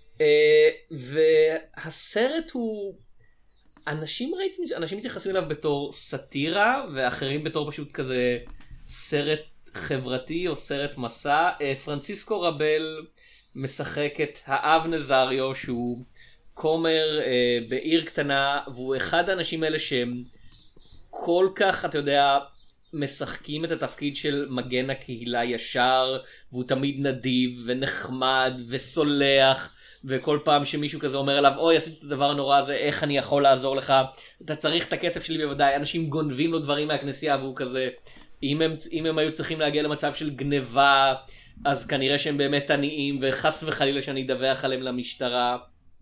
והסרט הוא... אנשים ראיתי, אנשים מתייחסים אליו בתור סאטירה, ואחרים בתור פשוט כזה סרט חברתי או סרט מסע. פרנסיסקו רבל משחק את האב נזריו, שהוא כומר אה, בעיר קטנה, והוא אחד האנשים האלה שהם כל כך, אתה יודע, משחקים את התפקיד של מגן הקהילה ישר, והוא תמיד נדיב ונחמד וסולח, וכל פעם שמישהו כזה אומר אליו, אוי, עשיתי את הדבר הנורא הזה, איך אני יכול לעזור לך? אתה צריך את הכסף שלי בוודאי. אנשים גונבים לו דברים מהכנסייה, והוא כזה, אם הם, אם הם היו צריכים להגיע למצב של גניבה, אז כנראה שהם באמת עניים, וחס וחלילה שאני אדווח עליהם למשטרה.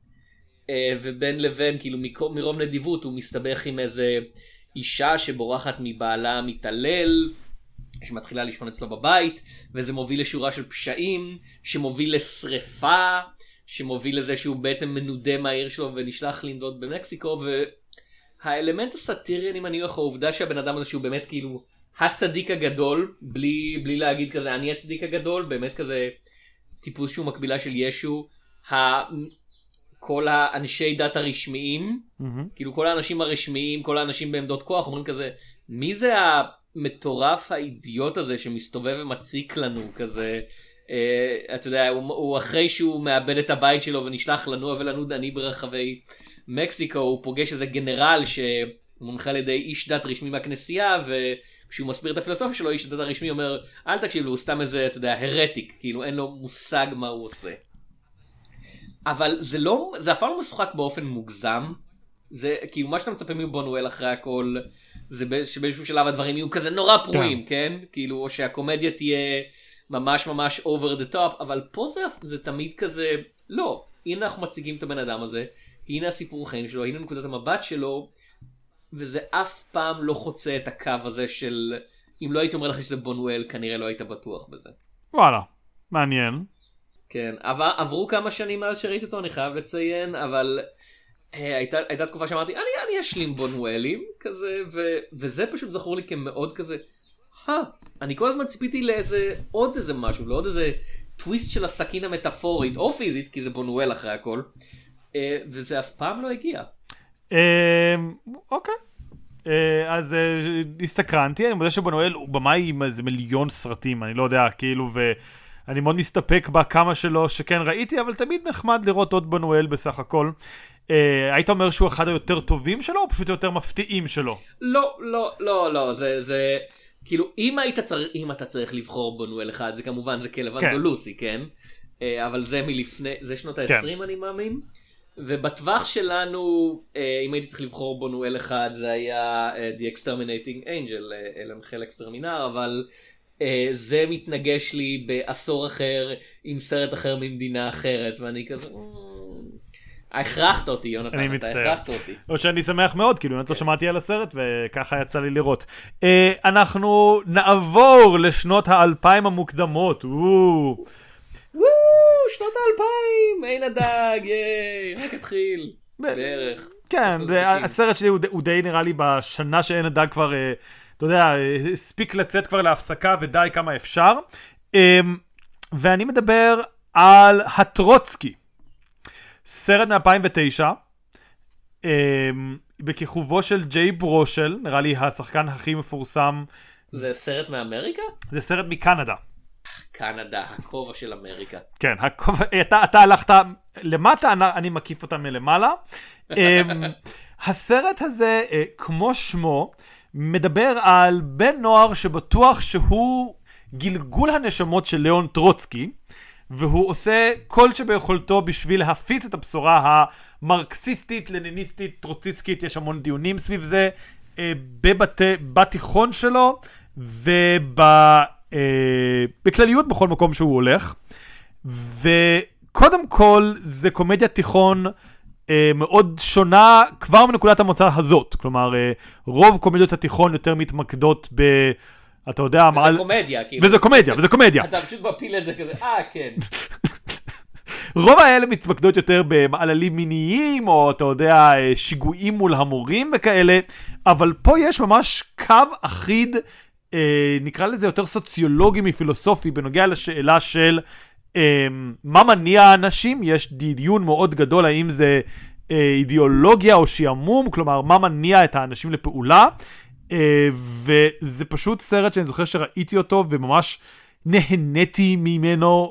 ובין לבין, כאילו מרוב נדיבות, הוא מסתבך עם איזה אישה שבורחת מבעלה מתעלל, שמתחילה לישון אצלו בבית, וזה מוביל לשורה של פשעים, שמוביל לשריפה, שמוביל לזה שהוא בעצם מנודה מהעיר שלו ונשלח לנדוד במקסיקו. והאלמנט הסאטירי, אני מניח, העובדה שהבן אדם הזה שהוא באמת כאילו הצדיק הגדול, בלי, בלי להגיד כזה אני הצדיק הגדול, באמת כזה טיפוס שהוא מקבילה של ישו, ה... כל האנשי דת הרשמיים, mm-hmm. כאילו כל האנשים הרשמיים, כל האנשים בעמדות כוח, אומרים כזה, מי זה המטורף האידיוט הזה שמסתובב ומציק לנו כזה, אה, אתה יודע, הוא, הוא אחרי שהוא מאבד את הבית שלו ונשלח לנוע ולנוד עני ברחבי מקסיקו, הוא פוגש איזה גנרל שמונחה על ידי איש דת רשמי מהכנסייה, וכשהוא מסביר את הפילוסופיה שלו, איש דת הרשמי אומר, אל תקשיב לו, הוא סתם איזה, אתה יודע, הרטיק, כאילו אין לו מושג מה הוא עושה. אבל זה לא, זה אף פעם לא משוחק באופן מוגזם. זה כאילו מה שאתה מצפה מבונואל אחרי הכל, זה שבאיזשהו שלב הדברים יהיו כזה נורא פרועים, כן? כאילו, או שהקומדיה תהיה ממש ממש over the top, אבל פה זה, זה תמיד כזה, לא, הנה אנחנו מציגים את הבן אדם הזה, הנה הסיפור חיים שלו, הנה נקודת המבט שלו, וזה אף פעם לא חוצה את הקו הזה של, אם לא הייתי אומר לך שזה בונואל, כנראה לא היית בטוח בזה. וואלה, מעניין. כן, עבר, עברו כמה שנים מאז שראיתי אותו, אני חייב לציין, אבל אה, הייתה, הייתה תקופה שאמרתי, אני, אני אשלים בונואלים, כזה, ו, וזה פשוט זכור לי כמאוד כזה, אה, אני כל הזמן ציפיתי לאיזה, עוד איזה משהו, לעוד איזה טוויסט של הסכין המטאפורית, או פיזית, כי זה בונואל אחרי הכל, אה, וזה אף פעם לא הגיע. אוקיי. אז הסתקרנתי, אני מודה שבונואל הוא במאי עם איזה מיליון סרטים, אני לא יודע, כאילו, ו... אני מאוד מסתפק בכמה שלו שכן ראיתי, אבל תמיד נחמד לראות עוד בונואל בסך הכל. אה, היית אומר שהוא אחד היותר טובים שלו, או פשוט יותר מפתיעים שלו? לא, לא, לא, לא, זה, זה, כאילו, אם היית צריך, אם אתה צריך לבחור בונואל אחד, זה כמובן, זה כלב אנדלוסי, כן? אה, אבל זה מלפני, זה שנות ה-עשרים, כן. אני מאמין. ובטווח שלנו, אה, אם הייתי צריך לבחור בונואל אחד, זה היה אה, The Exterminating Angel, אה, אלן חיל אקסטרמינר, אבל... Uh, זה מתנגש לי בעשור אחר עם סרט אחר ממדינה אחרת, ואני כזה הכרחת אותי, יונתן, אני אתה מצטער. הכרחת אותי. או שאני שמח מאוד, כאילו באמת לא שמעתי על הסרט וככה יצא לי לראות. uh, אנחנו נעבור לשנות האלפיים המוקדמות. וואו שנות האלפיים, אין הדג, ייי, רק התחיל בערך. כן, הסרט שלי הוא די נראה לי בשנה שאין הדג כבר אתה יודע, הספיק לצאת כבר להפסקה ודי כמה אפשר. ואני מדבר על הטרוצקי. סרט מ-אלפיים ותשע, בכיכובו של ג'יי ברושל, נראה לי השחקן הכי מפורסם. זה סרט מאמריקה? זה סרט מקנדה. קנדה, הכובע של אמריקה. כן, הכובע, אתה, אתה הלכת למטה, אני, אני מקיף אותה מלמעלה. הסרט הזה, כמו שמו, מדבר על בן נוער שבטוח שהוא גלגול הנשמות של ליאון טרוצקי, והוא עושה כל שביכולתו בשביל להפיץ את הבשורה המרקסיסטית, לניניסטית, טרוציסקית, יש המון דיונים סביב זה, בתיכון שלו, ובכלליות בכל מקום שהוא הולך. וקודם כל, זה קומדיה תיכון מאוד שונה כבר מנקודת המוצא הזאת. כלומר, רוב קומדיות התיכון יותר מתמקדות ב... אתה יודע... וזה קומדיה, כאילו. וזה קומדיה, וזה קומדיה. אתה פשוט מפיל את זה כזה, אה, כן. רוב האלה מתמקדות יותר במעללים מיניים, או אתה יודע, שיגועים מול המורים וכאלה, אבל פה יש ממש קו אחיד, אה, נקרא לזה יותר סוציולוגי מפילוסופי, בנוגע לשאלה של אה, מה מניע האנשים. יש דיון מאוד גדול האם זה אה, אידיאולוגיה או שיעמום, כלומר מה מניע את האנשים לפעולה, אה, וזה פשוט סרט שאני זוכר שראיתי אותו וממש נהניתי ממנו,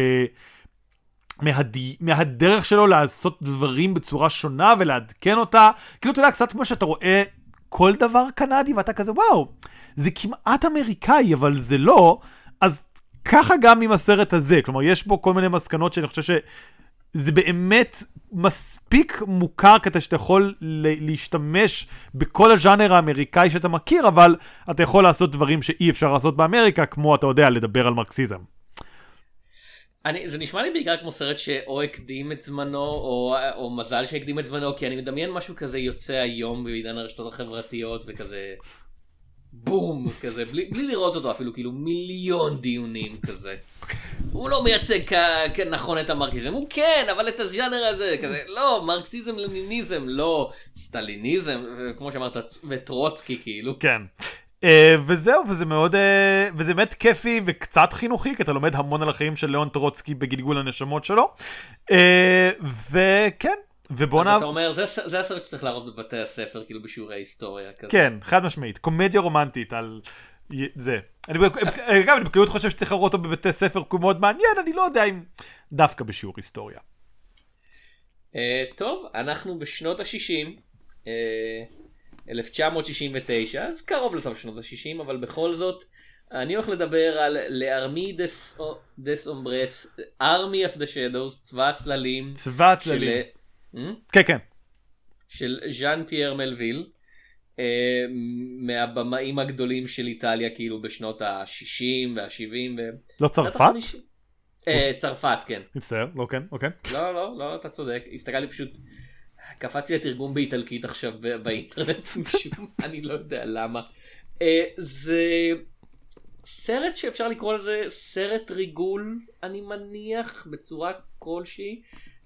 ומהדי, מהדרך שלו לעשות דברים בצורה שונה ולעדכן אותה. כאילו אתה יודע, קצת כמו שאתה רואה כל דבר קנדי ואתה כזה וואו, זה כמעט אמריקאי אבל זה לא. אז ככה גם עם הסרט הזה, כלומר יש בו כל מיני מסקנות שאני חושב שזה באמת מספיק מוכר כדי שאתה יכול להשתמש בכל הז'אנר האמריקאי שאתה מכיר, אבל אתה יכול לעשות דברים שאי אפשר לעשות באמריקה, כמו אתה יודע לדבר על מרקסיזם. אני, זה נשמע לי בעיקר כמו סרט שאו הקדים את זמנו או, או מזל שהקדים את זמנו, כי אני מדמיין משהו כזה יוצא היום בעידן הרשתות החברתיות וכזה בום כזה בלי, בלי לראות אותו אפילו, כאילו מיליון דיונים כזה. הוא לא מייצג נכון את המרקסיזם, הוא כן, אבל את הז'אנר הזה כזה לא, מרקסיזם לניניזם לא, סטליניזם כמו שאמרת וטרוצקי כאילו. כן. Uh, וזהו, וזה מאוד, uh, וזה באמת כיפי וקצת חינוכי, כי אתה לומד המון על החיים של ליאון טרוצקי בגלגול הנשמות שלו. Uh, וכן, ובוא נע... אז אתה אומר, זה, זה הסרט שצריך להראות בבתי הספר, כאילו בשיעורי היסטוריה כזה. כן, חד משמעית, קומדיה רומנטית על זה. אני גם, אני בקריאות חושב שצריך להראות אותו בבתי ספר, כי הוא מאוד מעניין, אני לא יודע אם דווקא בשיעור היסטוריה. Uh, טוב, אנחנו בשנות ה-שישים, uh... אלף תשע מאות שישים ותשע, אז קרוב לסוף שנות ה-שישים, אבל בכל זאת, אני הולך לדבר על לארמי דס אומברס, ארמי אף דה שדוס, צבא הצללים. צבא הצללים. כן, כן. של ז'אן פייר מלוויל, מהבמאים הגדולים של איטליה, כאילו בשנות ה-שישים וה-שבעים. לא צרפת? צרפת, כן. מצטער, לא כן, אוקיי. לא, לא, לא, אתה צודק. הסתכלתי פשוט... קפצתי לתרגום באיטלקית עכשיו באינטרנט, אני לא יודע למה. זה סרט שאפשר לקרוא לזה סרט ריגול, אני מניח, בצורה כלשהי.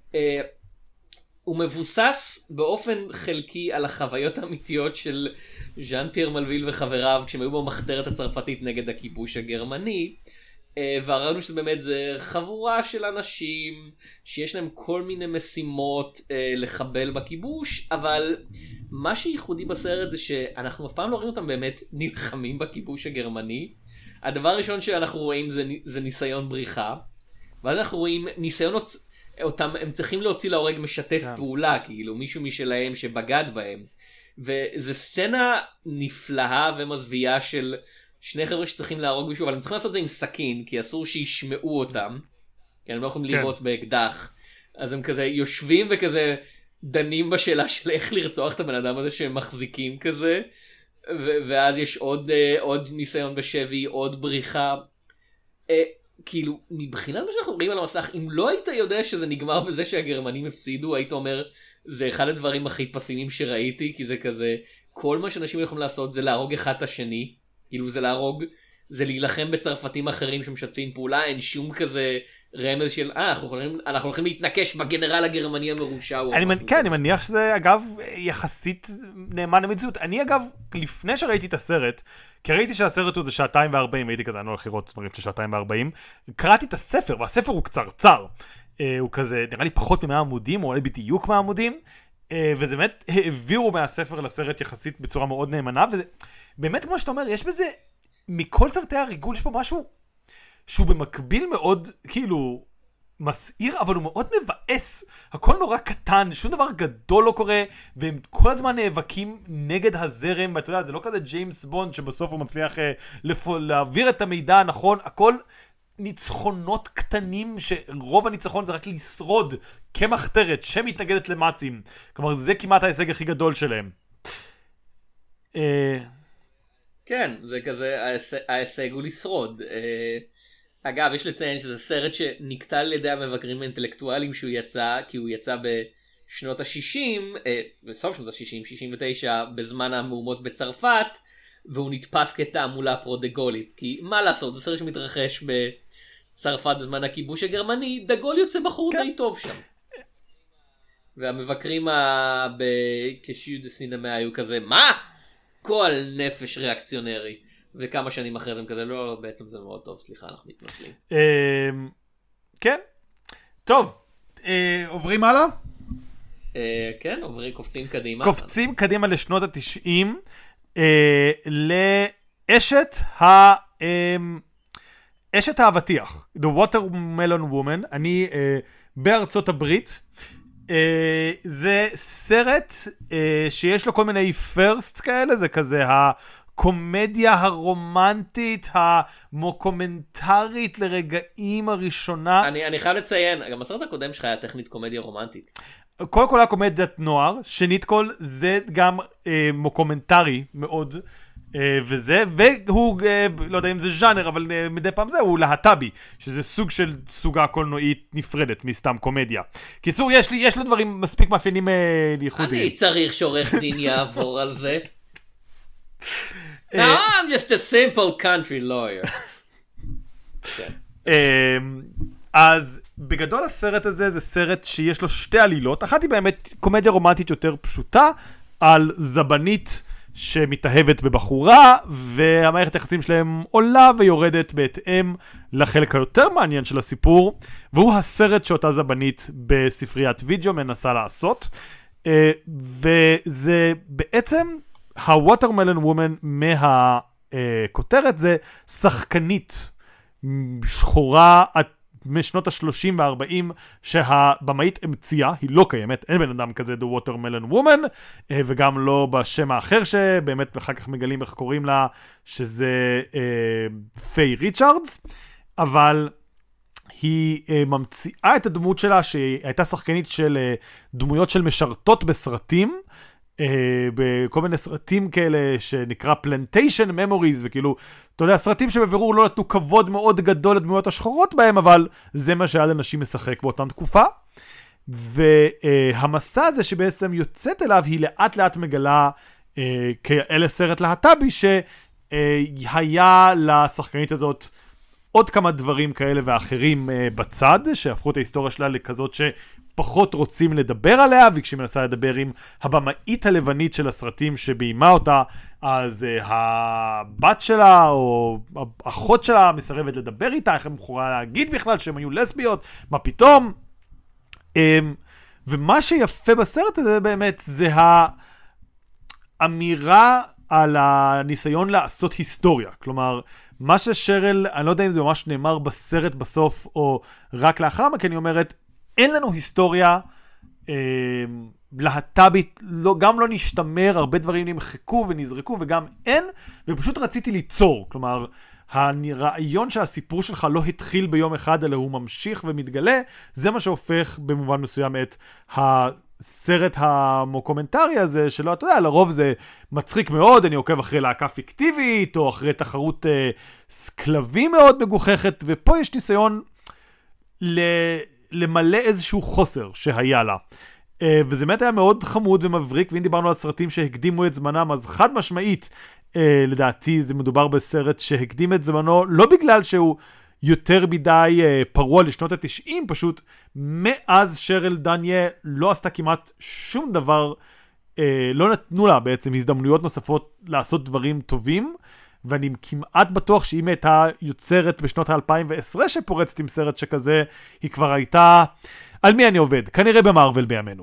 הוא מבוסס באופן חלקי על החוויות האמיתיות של ז'אן פייר מלוויל וחבריו, כשהם היו במחתרת הצרפתית נגד הכיבוש הגרמני. והרעיון הוא שזה באמת זה חבורה של אנשים שיש להם כל מיני משימות אה, לחבל בכיבוש, אבל מה שייחודי בסרט זה שאנחנו אף פעם לא רואים אותם באמת נלחמים בכיבוש הגרמני. הדבר הראשון שאנחנו רואים זה, זה ניסיון בריחה, ואז אנחנו רואים ניסיון אותם, הם צריכים להוציא להורג משתף yeah. פעולה, כאילו מישהו משלהם שבגד בהם, וזה סצנה נפלאה ומזוויעה של שני חבר'ה שצריכים להרוג מישהו, אבל הם צריכים לעשות זה עם סכין, כי אסור שישמעו אותם, כי הם לא יכולים כן. לבעוט באקדח, אז הם כזה יושבים וכזה דנים בשאלה של איך לרצוח את הבן אדם הזה שהם מחזיקים כזה, ו- ואז יש עוד, uh, עוד ניסיון בשבי, עוד בריחה, uh, כאילו מבחינת מה שאנחנו רואים על המסך, אם לא היית יודע שזה נגמר בזה שהגרמנים הפסידו, היית אומר זה אחד הדברים הכי פסימיים שראיתי, כי זה כזה, כל מה שאנשים יכולים לעשות זה להרוג אחד את השני, כאילו זה להרוג, זה להילחם בצרפתים אחרים שמשתפים פעולה, אין שום כזה רמז של, אה, אנחנו הולכים, אנחנו הולכים להתנקש בגנרל הגרמני המרושע. אני, כן, אני מניח שזה, אגב, יחסית נאמן למציאות. אני, אגב, לפני שראיתי את הסרט, כי ראיתי שהסרט הוא זה שעתיים וארבעים, הייתי כזה, אני לא הולך לראות דברים של שעתיים וארבעים, קראתי את הספר, והספר הוא קצרצר. אה, הוא כזה, נראה לי פחות ממאה עמודים, או אולי בדיוק מאה עמודים, אה, וזה באמת העבירו מהספר לסרט יחסית בצורה מאוד נאמנה, וזה באמת, כמו שאתה אומר, יש בזה, מכל סרטי הריגול, יש פה משהו שהוא במקביל מאוד, כאילו, מסעיר, אבל הוא מאוד מבאס. הכל נורא קטן, שום דבר גדול לא קורה, והם כל הזמן נאבקים נגד הזרם, ואתה יודע, זה לא כזה ג'יימס בונד, שבסוף הוא מצליח אה, לפו, להעביר את המידע הנכון, הכל ניצחונות קטנים, שרוב הניצחון זה רק לשרוד כמחתרת, שמתנגדת למצים. כלומר, זה כמעט ההישג הכי גדול שלהם. אה... כן, זה כזה, ההישג הוא לשרוד. אגב, יש לציין שזה סרט שנקטל על ידי המבקרים האינטלקטואליים שהוא יצא, כי הוא יצא בשנות ה-שישים, בסוף שנות ה-שישים, שישים ותשע, בזמן המהומות בצרפת, והוא נתפס כתעמולה פרודגולית. כי מה לעשות, זה סרט שמתרחש צרפת בזמן הכיבוש הגרמני, דגול יוצא בחור די טוב שם. והמבקרים בקשיו דה סינמה היו כזה, מה? כל נפש ריאקציונרי. וכמה שנים אחרי זה הם כזה, לא, בעצם זה מאוד טוב, סליחה, אנחנו מתנצלים. כן, טוב, עוברים הלאה? כן, עוברים, קופצים קדימה. קופצים קדימה לשנות ה-תשעים, לאשת ה... אשת האבטיח, The Watermelon Woman, אני בארצות הברית, זה סרט שיש לו כל מיני firsts כאלה, זה כזה הקומדיה הרומנטית, המוקומנטרית לרגעים הראשונה. אני, אני חייב לציין, גם הסרט הקודם שלך היה טכנית קומדיה רומנטית. קודם כל היה קומדיית נוער, שנית כל זה גם אה, מוקומנטרי מאוד, אה, וזה, והוא, אה, לא יודע אם זה ז'אנר, אבל אה, מדי פעם זה, הוא להט"בי, שזה סוג של סוגה קולנועית נפרדת מסתם קומדיה. קיצור, יש לי, יש לו דברים מספיק מאפיינים אה, ייחודיים. אני צריך שעורך דין יעבור על זה. No, I'm just a simple country lawyer. כן. אה, אז בגדול הסרט הזה זה סרט שיש לו שתי עלילות, אחת היא באמת קומדיה רומנטית יותר פשוטה, על זבנית שמתאהבת בבחורה, והמערכת היחסים שלהם עולה ויורדת בהתאם לחלק היותר מעניין של הסיפור, והוא הסרט שאותה זבנית בספריית וידאו מנסה לעשות, וזה בעצם ה-Watermelon Woman מהכותרת, זה שחקנית שחורה משנות ה-שלושים וה-ארבעים שהבמאית המציאה, היא לא קיימת, אין בן אדם כזה The Watermelon Woman, וגם לא בשם האחר שבאמת אחר כך מגלים איך קוראים לה, שזה פיי ריצ'רדס, אבל היא ממציאה את הדמות שלה שהיא הייתה שחקנית של דמויות של משרתות בסרטים, בכל מיני סרטים כאלה שנקרא Plantation Memories, וכאילו, אתה יודע, סרטים שבבירור לא נתנו כבוד מאוד גדול לדמויות השחורות בהם, אבל זה מה שהיה לנשים משחק באותה תקופה. והמסע הזה שבעצם יוצאת אליו, היא לאט לאט מגלה כאלה סרט להט"בי, שהיה לשחקנית הזאת עוד כמה דברים כאלה ואחרים בצד, שהפכו את ההיסטוריה שלה לכזאת שפחות רוצים לדבר עליה, וכשהיא מנסה לדבר עם הבמאית הלבנית של הסרטים שביימה אותה, אז הבת שלה או האחות שלה מסרבת לדבר איתה, איך הם יכולה להגיד בכלל שהם היו לסביות, מה פתאום? ומה שיפה בסרט הזה באמת זה האמירה על הניסיון לעשות היסטוריה, כלומר, מה ששרל, אני לא יודע אם זה ממש נאמר בסרט בסוף או רק לאחר מכן, היא אומרת, אין לנו היסטוריה אה, להט"בית, לא, גם לא נשתמר, הרבה דברים נמחקו ונזרקו וגם אין, ופשוט רציתי ליצור, כלומר, הרעיון שהסיפור שלך לא התחיל ביום אחד, אלא הוא ממשיך ומתגלה, זה מה שהופך במובן מסוים את הסרט המוקומנטרי הזה, שלא, אתה יודע, לרוב זה מצחיק מאוד, אני עוקב אחרי להקה פיקטיבית, או אחרי תחרות אה, סקלבים מאוד מגוחכת, ופה יש ניסיון ל- למלא איזשהו חוסר שהיה לה. אה, וזה באמת היה מאוד חמוד ומבריק, ואם דיברנו על סרטים שהקדימו את זמנם, אז חד משמעית, אה, לדעתי זה מדובר בסרט שהקדים את זמנו, לא בגלל שהוא יותר מדי אה, פרוע לשנות ה-תשעים, פשוט מאז שרל דניה לא עשתה כמעט שום דבר, אה, לא נתנו לה בעצם הזדמנויות נוספות לעשות דברים טובים, ואני כמעט בטוח שאם הייתה יוצרת בשנות ה-אלפיים ועשרה שפורצת עם סרט שכזה, היא כבר הייתה, על מי אני עובד? כנראה במרוול בימינו.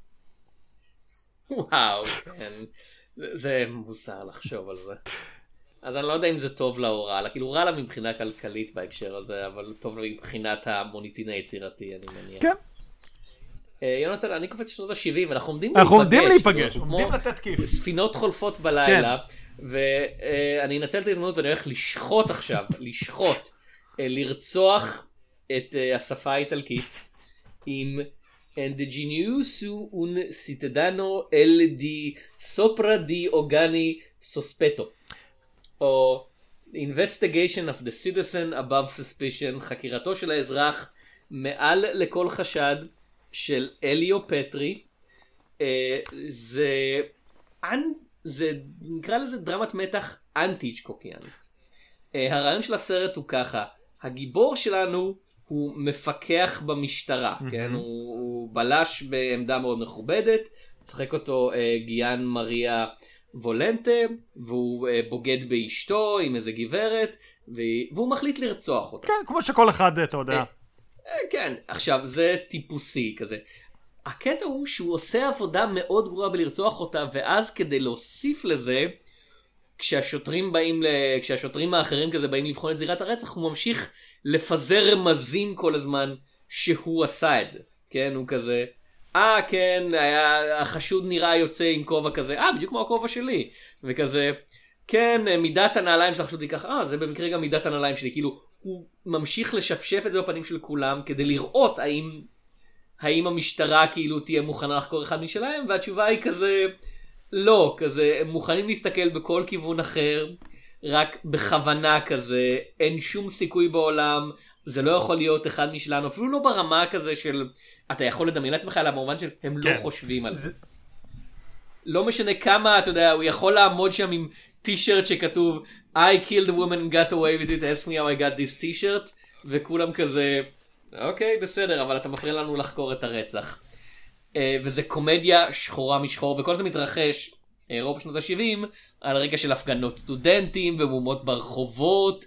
וואו, כן. זה מוזר לחשוב על זה. אז אני לא יודע אם זה טוב לה או רע לה, כאילו רע לה מבחינה כלכלית בהקשר הזה, אבל טוב לה מבחינת המוניטין היצירתי, אני מניח. כן. יונתן, אני קופץ שנות ה-שבעים, אנחנו עומדים להיפגש. אנחנו עומדים להיפגש, עומדים לתת כיף. ספינות חולפות בלילה, ואני אנצל את ההזדמנות ואני הולך לשחוט עכשיו, לשחוט, לרצוח את השפה האיטלקית עם Endeginio su un cittadino el di sopra di organi sospetto. או investigation of the citizen above suspicion, חקירתו של האזרח מעל לכל חשד של אליו פטרי. זה, זה נקרא לזה דרמת מתח אנטי-היצ'קוקיאנית. הרעיון של הסרט הוא ככה, הגיבור שלנו הוא מפקח במשטרה, mm-hmm. כן? הוא, הוא בלש בעמדה מאוד מכובדת, משחק אותו אה, גיאן מריה וולנטה, והוא אה, בוגד באשתו עם איזה גברת, והוא מחליט לרצוח אותה. כן, כמו שכל אחד, אתה יודע. אה, אה, כן, עכשיו זה טיפוסי כזה. הקטע הוא שהוא עושה עבודה מאוד ברורה בלרצוח אותה, ואז כדי להוסיף לזה, כשהשוטרים באים, ל... כשהשוטרים האחרים כזה באים לבחון את זירת הרצח, הוא ממשיך לפזר רמזים כל הזמן שהוא עשה את זה. כן, הוא כזה, אה כן, היה... החשוד נראה יוצא עם כובע כזה, אה בדיוק כמו הכובע שלי, וכזה, כן, מידת הנעליים של החשוד היא ככה, אה זה במקרה גם מידת הנעליים שלי, כאילו, הוא ממשיך לשפשף את זה בפנים של כולם, כדי לראות האם, האם המשטרה כאילו תהיה מוכנה לחקור אחד משלהם, והתשובה היא כזה, לא, כזה, הם מוכנים להסתכל בכל כיוון אחר, רק בכוונה כזה, אין שום סיכוי בעולם, זה לא יכול להיות אחד משלנו, אפילו לא ברמה כזה של, אתה יכול לדמיין לעצמך על המובן של, הם כן. לא חושבים על זה. זה. לא משנה כמה, אתה יודע, הוא יכול לעמוד שם עם טישרט שכתוב, I killed a woman and got away with it, ask me how I got this t-shirt, וכולם כזה, אוקיי, בסדר, אבל אתה מפריע לנו לחקור את הרצח. וזה קומדיה שחורה משחור, וכל זה מתרחש, אירופה שנות ה-שבעים, על רקע של הפגנות סטודנטים ומומות ברחובות,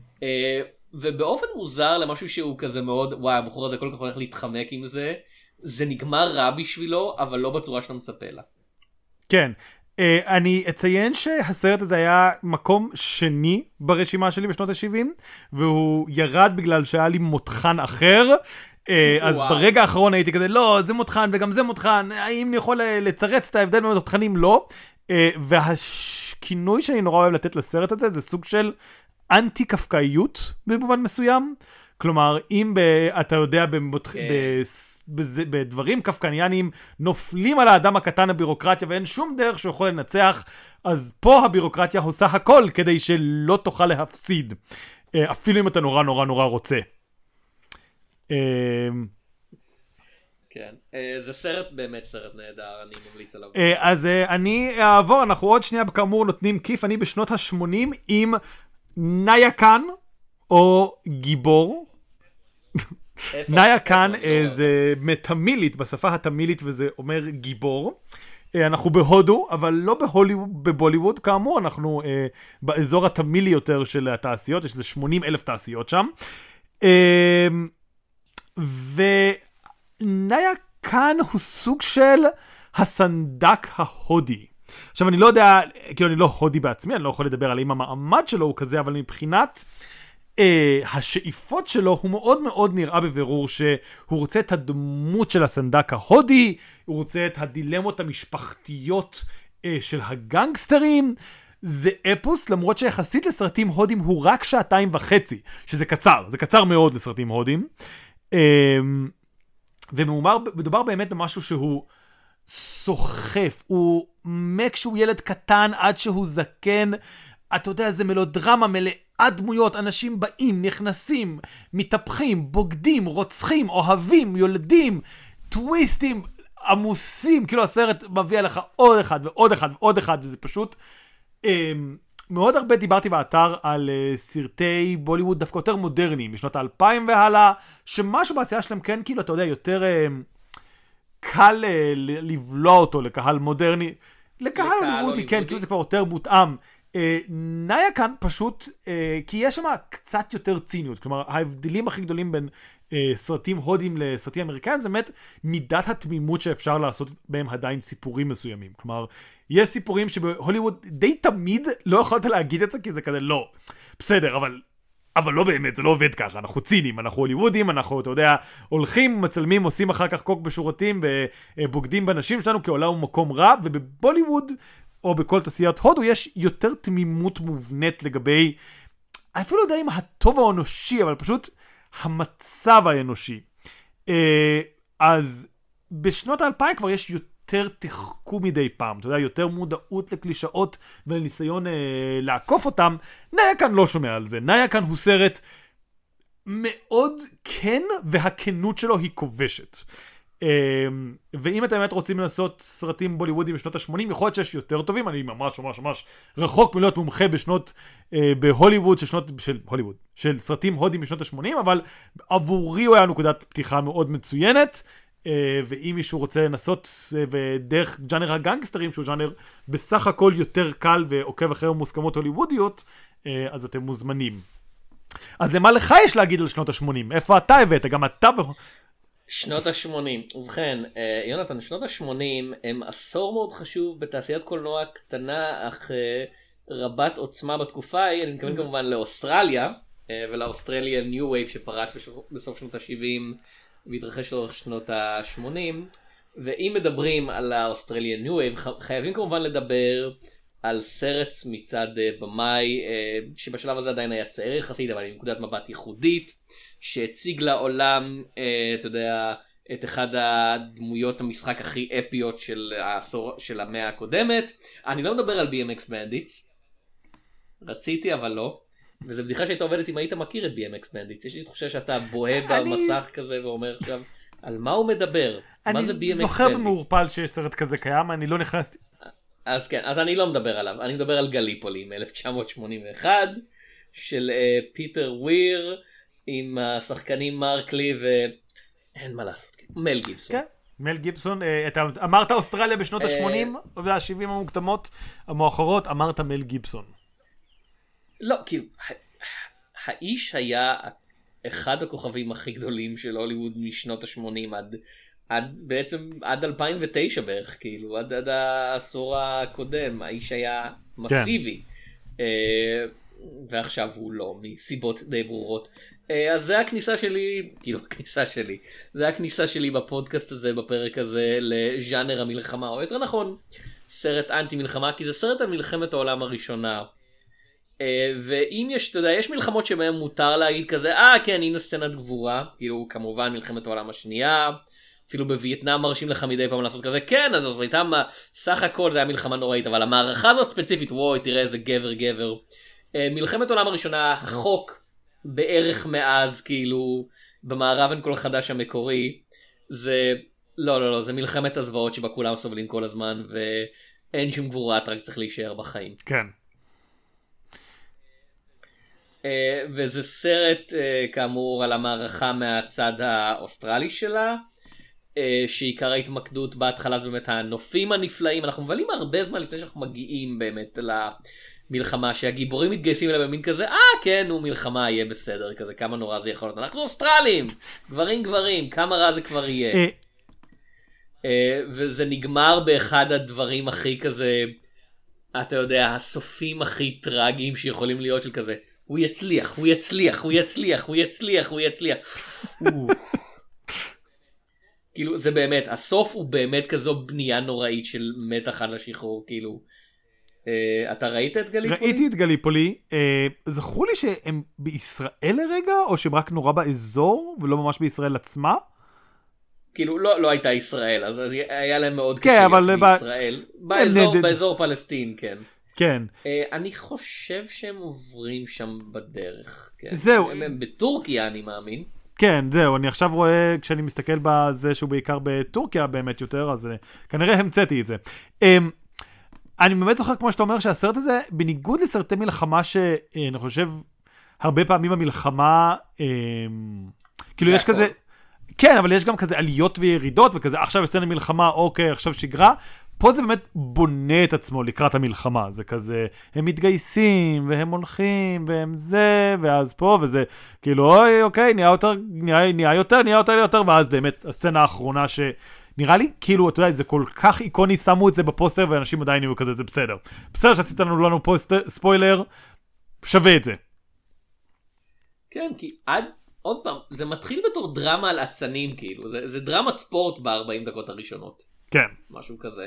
ובאופן מוזר למשהו שהוא כזה מאוד, וואי, הבחור הזה כל כך הולך להתחמק עם זה, זה נגמר רע בשבילו, אבל לא בצורה שאתה מצפה לה. כן, אני אציין שהסרט הזה היה מקום שני ברשימה שלי בשנות ה-שבעים, והוא ירד בגלל שהיה לי מותחן אחר, אז ברגע האחרון הייתי כזה, לא, זה מותחן וגם זה מותחן, האם אני יכול לצרץ את ההבדל בין המותחנים? לא. והכינוי שאני נורא אוהב לתת לסרט הזה, זה סוג של אנטי-קפקאיות במובן מסוים. כלומר, אם אתה יודע, בדברים קפקניאנים נופלים על האדם הקטן הבירוקרטיה, ואין שום דרך שהוא יכול לנצח, אז פה הבירוקרטיה עושה הכל כדי שלא תוכל להפסיד. אפילו אם אתה נורא נורא נורא רוצה. כן, זה סרט באמת סרט נהדר, אני ממליץ עליו. אז אני אעבור, אנחנו עוד שנייה כאמור נותנים כיף, אני בשנות ה-שמונים עם נייקן או גיבור. נייקן זה מתמילית, בשפה התמילית, וזה אומר גיבור. אנחנו בהודו, אבל לא בבוליווד, כאמור, אנחנו באזור התמילי יותר של התעשיות, יש איזה שמונים אלף תעשיות שם. ונייקן הוא סוג של הסנדק ההודי. עכשיו אני לא יודע, כאילו אני לא הודי בעצמי, אני לא יכול לדבר על אם המעמד שלו הוא כזה, אבל מבחינת אה, השאיפות שלו, הוא מאוד מאוד נראה בבירור שהוא רוצה את הדמות של הסנדק ההודי, הוא רוצה את הדילמות המשפחתיות אה, של הגנגסטרים. זה אפוס, למרות שיחסית לסרטים הודים הוא רק שעתיים וחצי, שזה קצר, זה קצר מאוד לסרטים הודים. ומדובר באמת במשהו שהוא סוחף, הוא מק שהוא ילד קטן עד שהוא זקן, אתה יודע, זה מלודרמה מלאה דמויות, אנשים באים, נכנסים, מתהפכים, בוגדים, רוצחים, אוהבים, יולדים, טוויסטים, עמוסים, כאילו הסרט מביא לך עוד אחד ועוד אחד ועוד אחד, וזה פשוט... מאוד הרבה דיברתי באתר על סרטי בוליווד דווקא יותר מודרניים, בשנות האלפיים והלאה, שמשהו בעשייה שלהם כן, כאילו, אתה יודע, יותר קל לבלוע אותו לקהל מודרני, לקהל הוליוודי, כן, כאילו זה כבר יותר מותאם. נייקן פשוט, כי יש שם קצת יותר ציניות, כלומר, ההבדלים הכי גדולים בין סרטים הודים לסרטים אמריקאים, זה באמת מידת התמימות שאפשר לעשות בהם עדיין סיפורים מסוימים. כלומר, יש סיפורים שבהוליווד די תמיד לא יכולת להגיד את זה, כי זה כזה לא. בסדר, אבל, אבל לא באמת, זה לא עובד ככה. אנחנו צינים, אנחנו הוליוודים, אנחנו, אתה יודע, הולכים, מצלמים, עושים אחר כך קוק בשורתים, ובוגדים בנשים שלנו, כי עולם הוא מקום רע, ובבוליווד, או בכל תעשיית הודו, יש יותר תמימות מובנית לגבי, אפילו לא יודע אם הטוב האנושי, אבל פשוט המצב האנושי. אז בשנות האלפיים כבר יש יותר תחכום מדי פעם, אתה יודע, יותר מודעות לקלישאות ולניסיון לעקוף אותם. נייקן לא שומע על זה. נייקן הוא סרט מאוד כן, והכנות שלו היא כובשת. ואם אתם באמת רוצים לעשות סרטים בוליוודים בשנות ה-שמונים, יכול להיות שיש יותר טובים, אני ממש ממש ממש רחוק מלהיות מומחה בשנות, בהוליווד של שנות, של הוליווד, של סרטים הודים בשנות ה-שמונים, אבל עבורי הוא היה נקודת פתיחה מאוד מצוינת, ואם מישהו רוצה לנסות בדרך ג'אנר הגנגסטרים, שהוא ג'אנר בסך הכל יותר קל ועוקב אחרי מוסכמות הוליוודיות, אז אתם מוזמנים. אז למה לך יש להגיד על שנות ה-שמונים? איפה אתה הבאת? גם אתה... שנות ה-שמונים. ובכן, יונתן, שנות ה-שמונים הם עשור מאוד חשוב בתעשיית קולנוע קטנה, אך רבת עוצמה בתקופה ההיא. אני מתכוון כמובן לאוסטרליה, ולאוסטרליה ניו וייב שפרץ בסוף שנות ה-שבעים, והתרחש לאורך שנות ה-שמונים. ואם מדברים על האוסטרליה ניו וייב, חייבים כמובן לדבר על סרט מצד במאי, שבשלב הזה עדיין היה צעיר יחסית, אבל עם נקודת מבט ייחודית, שהציג לעולם, אתה יודע, את אחד הדמויות המשחק הכי אפיות של העשור, של המאה הקודמת. אני לא מדבר על בי אם אקס Bandits, רציתי אבל לא, וזו בדיחה שהייתה עובדת אם היית מכיר את בי אם אקס Bandits. יש לי תחושה שאתה בוהה במסך כזה ואומר עכשיו, על מה הוא מדבר? מה זה בי אם אקס Bandits? אני זוכר במעורפל שיש סרט כזה קיים, אני לא נכנסתי. אז כן, אז אני לא מדבר עליו, אני מדבר על גליפולי מ-אלף תשע מאות שמונים ואחת, של uh, פיטר וויר, עם השחקנים מרק לי ואין מה לעשות, מל גיבסון. כן, מל גיבסון, אתה אמרת אוסטרליה בשנות ה-שמונים וה-שבעים המוקדמות המאוחרות, אמרת מל גיבסון. לא, כאילו, האיש היה אחד הכוכבים הכי גדולים של הוליווד משנות ה-שמונים עד, עד בעצם עד אלפיים ותשע בערך, כאילו, עד, עד העשור הקודם, האיש היה מסיבי. כן. ועכשיו הוא לא, מסיבות די ברורות. אז זה הכניסה שלי, כאילו הכניסה שלי, זה הכניסה שלי בפודקאסט הזה, בפרק הזה, לז'אנר המלחמה, או יותר נכון, סרט אנטי מלחמה, כי זה סרט על מלחמת העולם הראשונה. ואם יש, אתה יודע, יש מלחמות שבהן מותר להגיד כזה, אה כן, הנה סצנת גבורה, כאילו כמובן מלחמת העולם השנייה, אפילו בווייטנאם מרשים לך מדי פעם לעשות כזה, כן, אז זאת הייתה, סך הכל זה היה מלחמה נוראית, אבל המערכה הזאת ספציפית, וואי, תראה איזה גבר גבר. מלחמת העולם הראשונה, החוק בערך מאז, כאילו, במערב אין כל חדש המקורי, זה, לא, לא, לא, זה מלחמת הזוועות שבה כולם סובלים כל הזמן, ואין שום גבורה, אתה רק צריך להישאר בחיים. כן. וזה סרט, כאמור, על המערכה מהצד האוסטרלי שלה, שעיקר ההתמקדות בהתחלה זה באמת הנופים הנפלאים, אנחנו מבלים הרבה זמן לפני שאנחנו מגיעים באמת למלחמה, שהגיבורים מתגייסים אליה במין כזה, אה כן, נו מלחמה יהיה בסדר, כזה כמה נורא זה יכול להיות, אנחנו אוסטרלים, גברים גברים, כמה רע זה כבר יהיה. וזה נגמר באחד הדברים הכי כזה, אתה יודע, הסופים הכי טרגיים שיכולים להיות של כזה, הוא יצליח, הוא יצליח, הוא יצליח, הוא יצליח, הוא יצליח. כאילו זה באמת, הסוף הוא באמת כזו בנייה נוראית של מתח על השחרור, כאילו. אתה ראית את גליפולי? ראיתי את גליפולי, זכרו לי שהם בישראל לרגע, או שהם רק נורא באזור, ולא ממש בישראל עצמה? כאילו לא, לא הייתה ישראל, אז היה להם מאוד קשה להיות בישראל. באזור, באזור פלסטין, כן. כן. אני חושב שהם עוברים שם בדרך. זהו. הם בטורקיה, אני מאמין. כן, זהו, אני עכשיו רואה, כשאני מסתכל בזה שהוא בעיקר בטורקיה באמת יותר, אז כנראה המצאתי את זה. אני באמת זוכר, כמו שאתה אומר, שהסרט הזה, בניגוד לסרטי מלחמה, שאני חושב, הרבה פעמים המלחמה, כאילו יש כזה, כן, אבל יש גם כזה עליות וירידות, וכזה, עכשיו יצאנו מלחמה, אוקיי, עכשיו שגרה, פה זה באמת בונה את עצמו לקראת המלחמה, זה כזה, הם מתגייסים, והם הולכים, והם זה, ואז פה, וזה, כאילו, אוי, אוקיי, נהיה יותר, נהיה, נהיה יותר, נהיה יותר, יותר, ואז באמת, הסצנה האחרונה שנראה לי, כאילו, אתה יודע, זה כל כך איקוני, שמו את זה בפוסטר, ואנשים עדיין יהיו כזה, זה בסדר. בסדר שעשית לנו, לנו פוסטר, ספוילר, שווה את זה. כן, כי עד, עוד פעם, זה מתחיל בתור דרמה על עצנים, כאילו, זה, זה דרמת ספורט ב-ארבעים דקות הראשונות. כן. משהו כזה.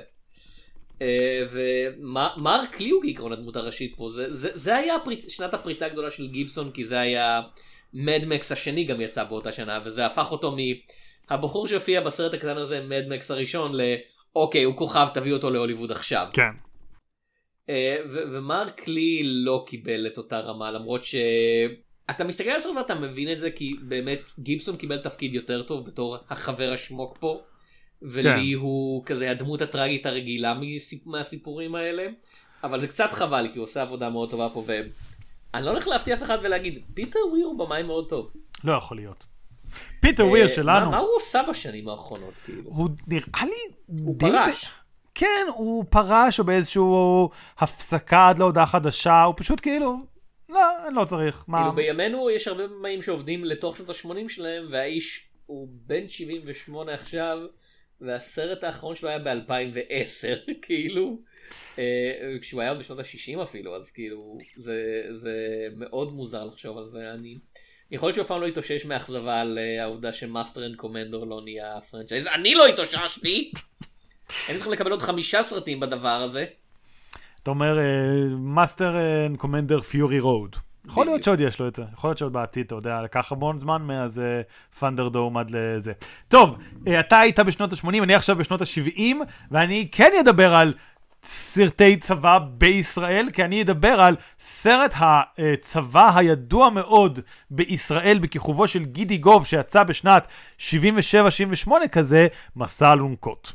ומרק לי הוא בעיקרון הדמות הראשית פה, זה, זה, זה היה הפריצ... שנת הפריצה הגדולה של גיבסון, כי זה היה מדמקס השני גם יצא באותה שנה, וזה הפך אותו מהבחור שהופיע בסרט הקטן הזה, מדמקס הראשון, לאוקיי, הוא כוכב, תביא אותו להוליווד עכשיו. כן. ו- ומרק לי לא קיבל את אותה רמה, למרות ש... אתה מסתכל על הסרט ואתה מבין את זה, כי באמת גיבסון קיבל תפקיד יותר טוב בתור החבר השמוק פה, ולי הוא כזה הדמות הטרגית הרגילה מהסיפורים האלה, אבל זה קצת חבל כי הוא עושה עבודה מאוד טובה פה, ואני לא הולך להפתיע אף אחד ולהגיד, פיטר וויר הוא במאי מאוד טוב. לא יכול להיות. פיטר וויר שלנו. מה הוא עושה בשנים האחרונות כאילו? הוא נראה לי... הוא פרש. כן, הוא פרש או באיזשהו הפסקה עד להודעה חדשה, הוא פשוט כאילו, לא, אני לא צריך. כאילו בימינו יש הרבה במאים שעובדים לתוך שנות ה-שמונים שלהם, והאיש הוא בן שבעים ושמונה עכשיו, והסרט האחרון שלו היה ב-אלפיים ועשר, כאילו, כשהוא היה עוד בשנות ה-שישים אפילו, אז כאילו, זה, זה מאוד מוזר לחשוב על זה. אני, יכול להיות שהוא פעם לא התאושש מאכזבה על העובדה שמאסטר אנד קומנדור לא נהיה פרנצ'ייז, אני לא התאוששתי! אני צריך לקבל עוד חמישה סרטים בדבר הזה. אתה אומר, מאסטר אנד קומנדר פיורי רוד. יכול להיות שעוד יש לו את זה. יכול להיות שעוד בעתיד, אתה יודע, לקח המון זמן מאז פנדרדום עד לזה. טוב, אתה היית בשנות ה-שמונים, אני עכשיו בשנות ה-שבעים, ואני כן אדבר על סרטי צבא בישראל, כי אני אדבר על סרט הצבא הידוע מאוד בישראל, בכיכובו של גידי גוב, שיצא בשנת שבעים ושבע שבעים ושמונה כזה, מסע אלונקות.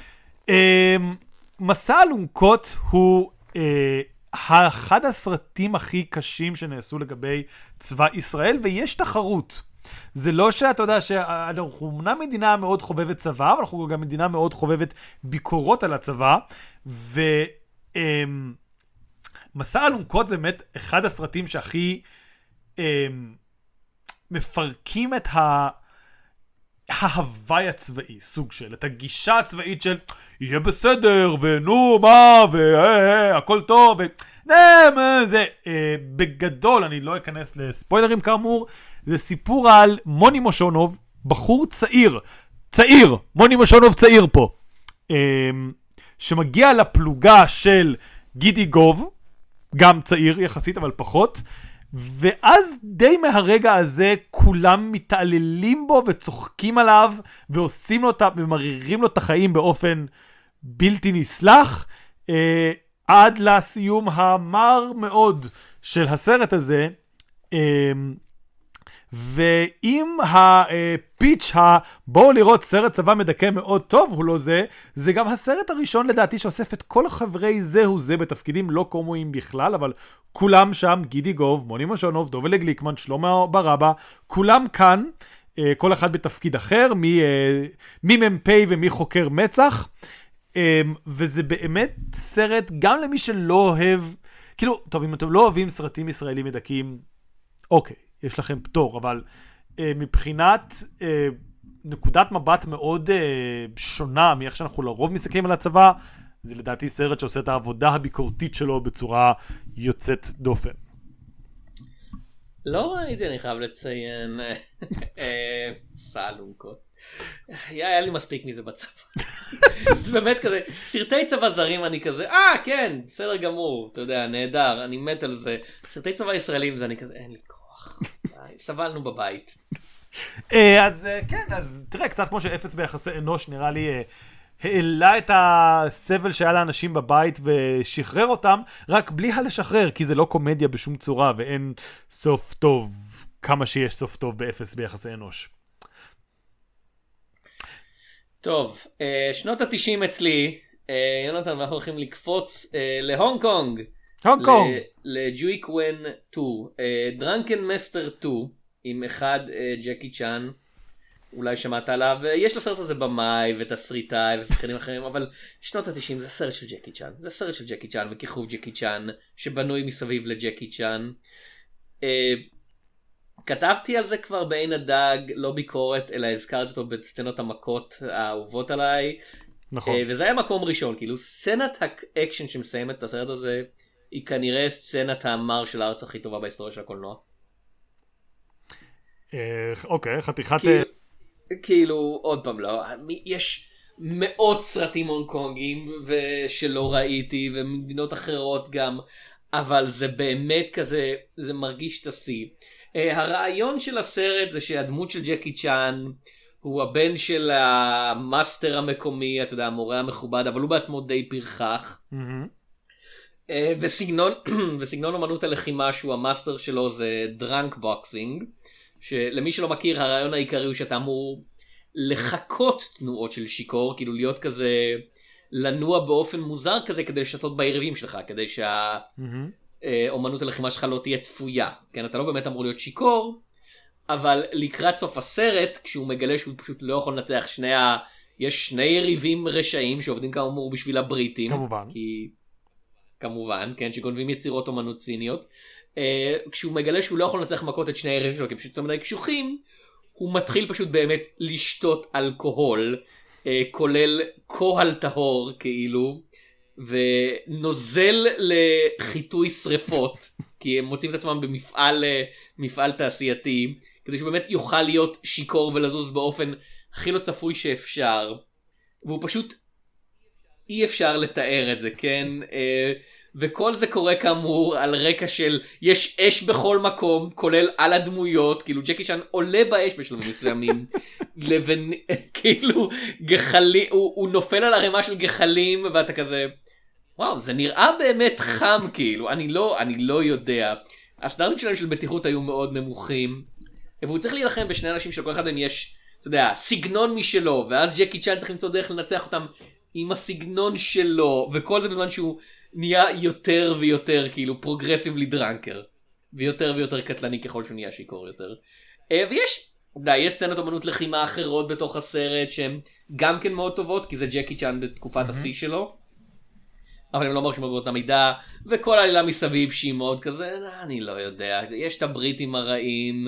מסע אלונקות הוא אחד הסרטים הכי קשים שנעשו לגבי צבא ישראל, ויש תחרות. זה לא שאתה יודע שאנחנו אומנם מדינה מאוד חובבת צבא, אבל אנחנו גם מדינה מאוד חובבת ביקורות על הצבא, ומסע אלונקות זה באמת אחד הסרטים שהכי מפרקים את ה... ההוואי הצבאי, סוג של, את הגישה הצבאית של יהיה בסדר, ונו, מה, והכל טוב, וזה, בגדול, אני לא אכנס לספוילרים כאמור, זה סיפור על מוני מושונוב, בחור צעיר, צעיר, מוני מושונוב צעיר פה, שמגיע לפלוגה של גידי גוב, גם צעיר יחסית, אבל פחות, ואז די מהרגע הזה כולם מתעללים בו וצוחקים עליו ועושים לו את, ומרירים לו את החיים באופן בלתי נסלח, אה, עד לסיום המר מאוד של הסרט הזה. אה, ואם הפיץ' בואו לראות סרט צבא מדכא מאוד טוב הוא לא זה, זה גם הסרט הראשון לדעתי שאוסף את כל חברי זהו זה בתפקידים לא קומויים בכלל, אבל כולם שם, גידי גוב, מוני מושונוב, דובל גליקמן, שלמה ברבא, כולם כאן, כל אחד בתפקיד אחר, מי, מי ממפי ומי חוקר מצח, וזה באמת סרט גם למי שלא אוהב, כאילו, טוב, אם אתם לא אוהבים סרטים ישראלים מדכאים, אוקיי. יש לכם פטור, אבל אה, מבחינת אה, נקודת מבט מאוד אה, שונה מאיך שאנחנו לרוב מסתכלים על הצבא, זה לדעתי סרט שעושה את העבודה הביקורתית שלו בצורה יוצאת דופן. לא ראיתי, אני חייב לציין, מסע אלונקות. היה לי מספיק מזה בצבא. זה באמת כזה, סרטי צבא זרים אני כזה, אה כן, בסדר גמור, אתה יודע, נהדר, אני מת על זה. סרטי צבא ישראלים זה אני כזה, אין לי כוח. סבלנו בבית. אז כן, אז תראה, קצת כמו שאפס ביחסי אנוש נראה לי העלה את הסבל שהיה לאנשים בבית ושחרר אותם, רק בלי הלשחרר, כי זה לא קומדיה בשום צורה ואין סוף טוב כמה שיש סוף טוב באפס ביחסי אנוש. טוב, שנות ה-תשעים אצלי, יונתן, ואנחנו הולכים לקפוץ להונג קונג. הונג קונג. לג'וי קוון שתיים, דרנקן מסטר שתיים, עם אחד ג'קי צ'אן, אולי שמעת עליו, יש לסרט הזה במאי ותסריטאי ושחקנים אחרים, אבל שנות ה-תשעים זה סרט של ג'קי צ'אן, זה סרט של ג'קי צ'אן וכיכוב ג'קי צ'אן, שבנוי מסביב לג'קי צ'אן. כתבתי על זה כבר בעין הדג, לא ביקורת, אלא הזכרתי אותו בסצנות המכות האהובות עליי, נכון. וזה היה מקום ראשון, כאילו סצנת האקשן שמסיימת את הסרט הזה, היא כנראה סצנת המר של הארץ הכי טובה בהיסטוריה של הקולנוע. אוקיי, חתיכת... כאילו, עוד פעם לא, יש מאות סרטים הונג קונגים שלא ראיתי, ומדינות אחרות גם, אבל זה באמת כזה, זה מרגיש את השיא. הרעיון של הסרט זה שהדמות של ג'קי צ'אן, הוא הבן של המאסטר המקומי, אתה יודע, המורה המכובד, אבל הוא בעצמו די פרחח. וסגנון, וסגנון אומנות הלחימה שהוא המאסטר שלו זה דרנק בוקסינג, שלמי שלא מכיר הרעיון העיקרי הוא שאתה אמור לחכות תנועות של שיכור, כאילו להיות כזה, לנוע באופן מוזר כזה כדי לשתות ביריבים שלך, כדי שהאומנות הלחימה שלך לא תהיה צפויה. כן, אתה לא באמת אמור להיות שיכור, אבל לקראת סוף הסרט, כשהוא מגלה שהוא פשוט לא יכול לנצח שני ה... יש שני יריבים רשעים שעובדים כאמור בשביל הבריטים. כמובן. כי... כמובן, כן, שגונבים יצירות אומנות ציניות. Uh, כשהוא מגלה שהוא לא יכול לנצח מכות את שני היריבים שלו, כי פשוט יותר מדי קשוחים, הוא מתחיל פשוט באמת לשתות אלכוהול, uh, כולל קוהל טהור, כאילו, ונוזל לחיטוי שריפות, כי הם מוצאים את עצמם במפעל מפעל תעשייתי, כדי שהוא באמת יוכל להיות שיקור ולזוז באופן הכי לא צפוי שאפשר, והוא פשוט אי אפשר לתאר את זה, כן? וכל זה קורה כאמור על רקע של יש אש בכל מקום, כולל על הדמויות, כאילו ג'קי צ'אן עולה באש בשלבים מסוימים, לבין, כאילו גחלי, הוא, הוא נופל על הרמה של גחלים, ואתה כזה, וואו, זה נראה באמת חם, כאילו, אני לא, אני לא יודע. הסטנדרטים שלהם של בטיחות היו מאוד נמוכים, והוא צריך להילחם בשני אנשים שלכל אחד מהם יש, אתה יודע, סגנון משלו, ואז ג'קי צ'אן צריך למצוא דרך לנצח אותם עם הסגנון שלו, וכל זה בזמן שהוא נהיה יותר ויותר, כאילו, פרוגרסיבלי דרנקר, ויותר ויותר קטלני ככל שהוא נהיה שיקור יותר. ויש, די, יש סצנות אומנות לחימה אחרות בתוך הסרט, שהן גם כן מאוד טובות, כי זה ג'קי צ'אן בתקופת השיא שלו, אבל הם לא מרשים באותה מידה, וכל העלילה מסביב שהיא מאוד כזה, אני לא יודע, יש את הבריטים הרעים,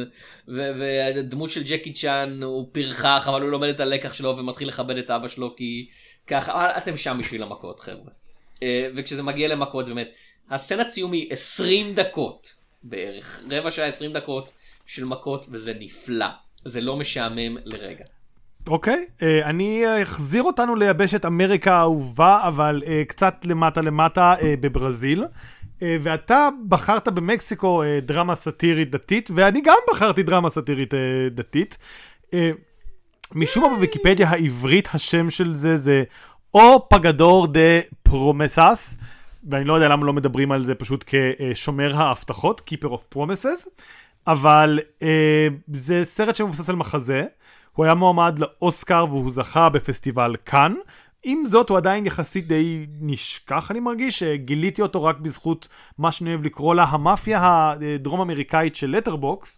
והדמות של ג'קי צ'אן הוא פרחח, אבל הוא לומד את הלקח שלו ומתחיל לכבד את אבא שלו, כי ככה, אתם שם בשביל המכות, חבר'ה. וכשזה מגיע למכות, זה באמת, הסצנת סיום היא עשרים דקות בערך, רבע שעה עשרים דקות של מכות, וזה נפלא, זה לא משעמם לרגע. אוקיי, okay, uh, אני אחזיר אותנו ליבשת אמריקה האהובה, אבל uh, קצת למטה למטה uh, בברזיל, uh, ואתה בחרת במקסיקו uh, דרמה סאטירית דתית, ואני גם בחרתי דרמה סאטירית uh, דתית. Uh, משום מה בוויקיפדיה העברית השם של זה זה או פגדור דה פרומסס, ואני לא יודע למה לא מדברים על זה פשוט כשומר ההבטחות, Keeper of Promises, אבל uh, זה סרט שמבוסס על מחזה, הוא היה מועמד לאוסקר והוא זכה בפסטיבל קאן. עם זאת הוא עדיין יחסית די נשכח, אני מרגיש שגיליתי אותו רק בזכות מה שאני אוהב לקרוא לה המאפיה הדרום אמריקאית של לטרבוקס,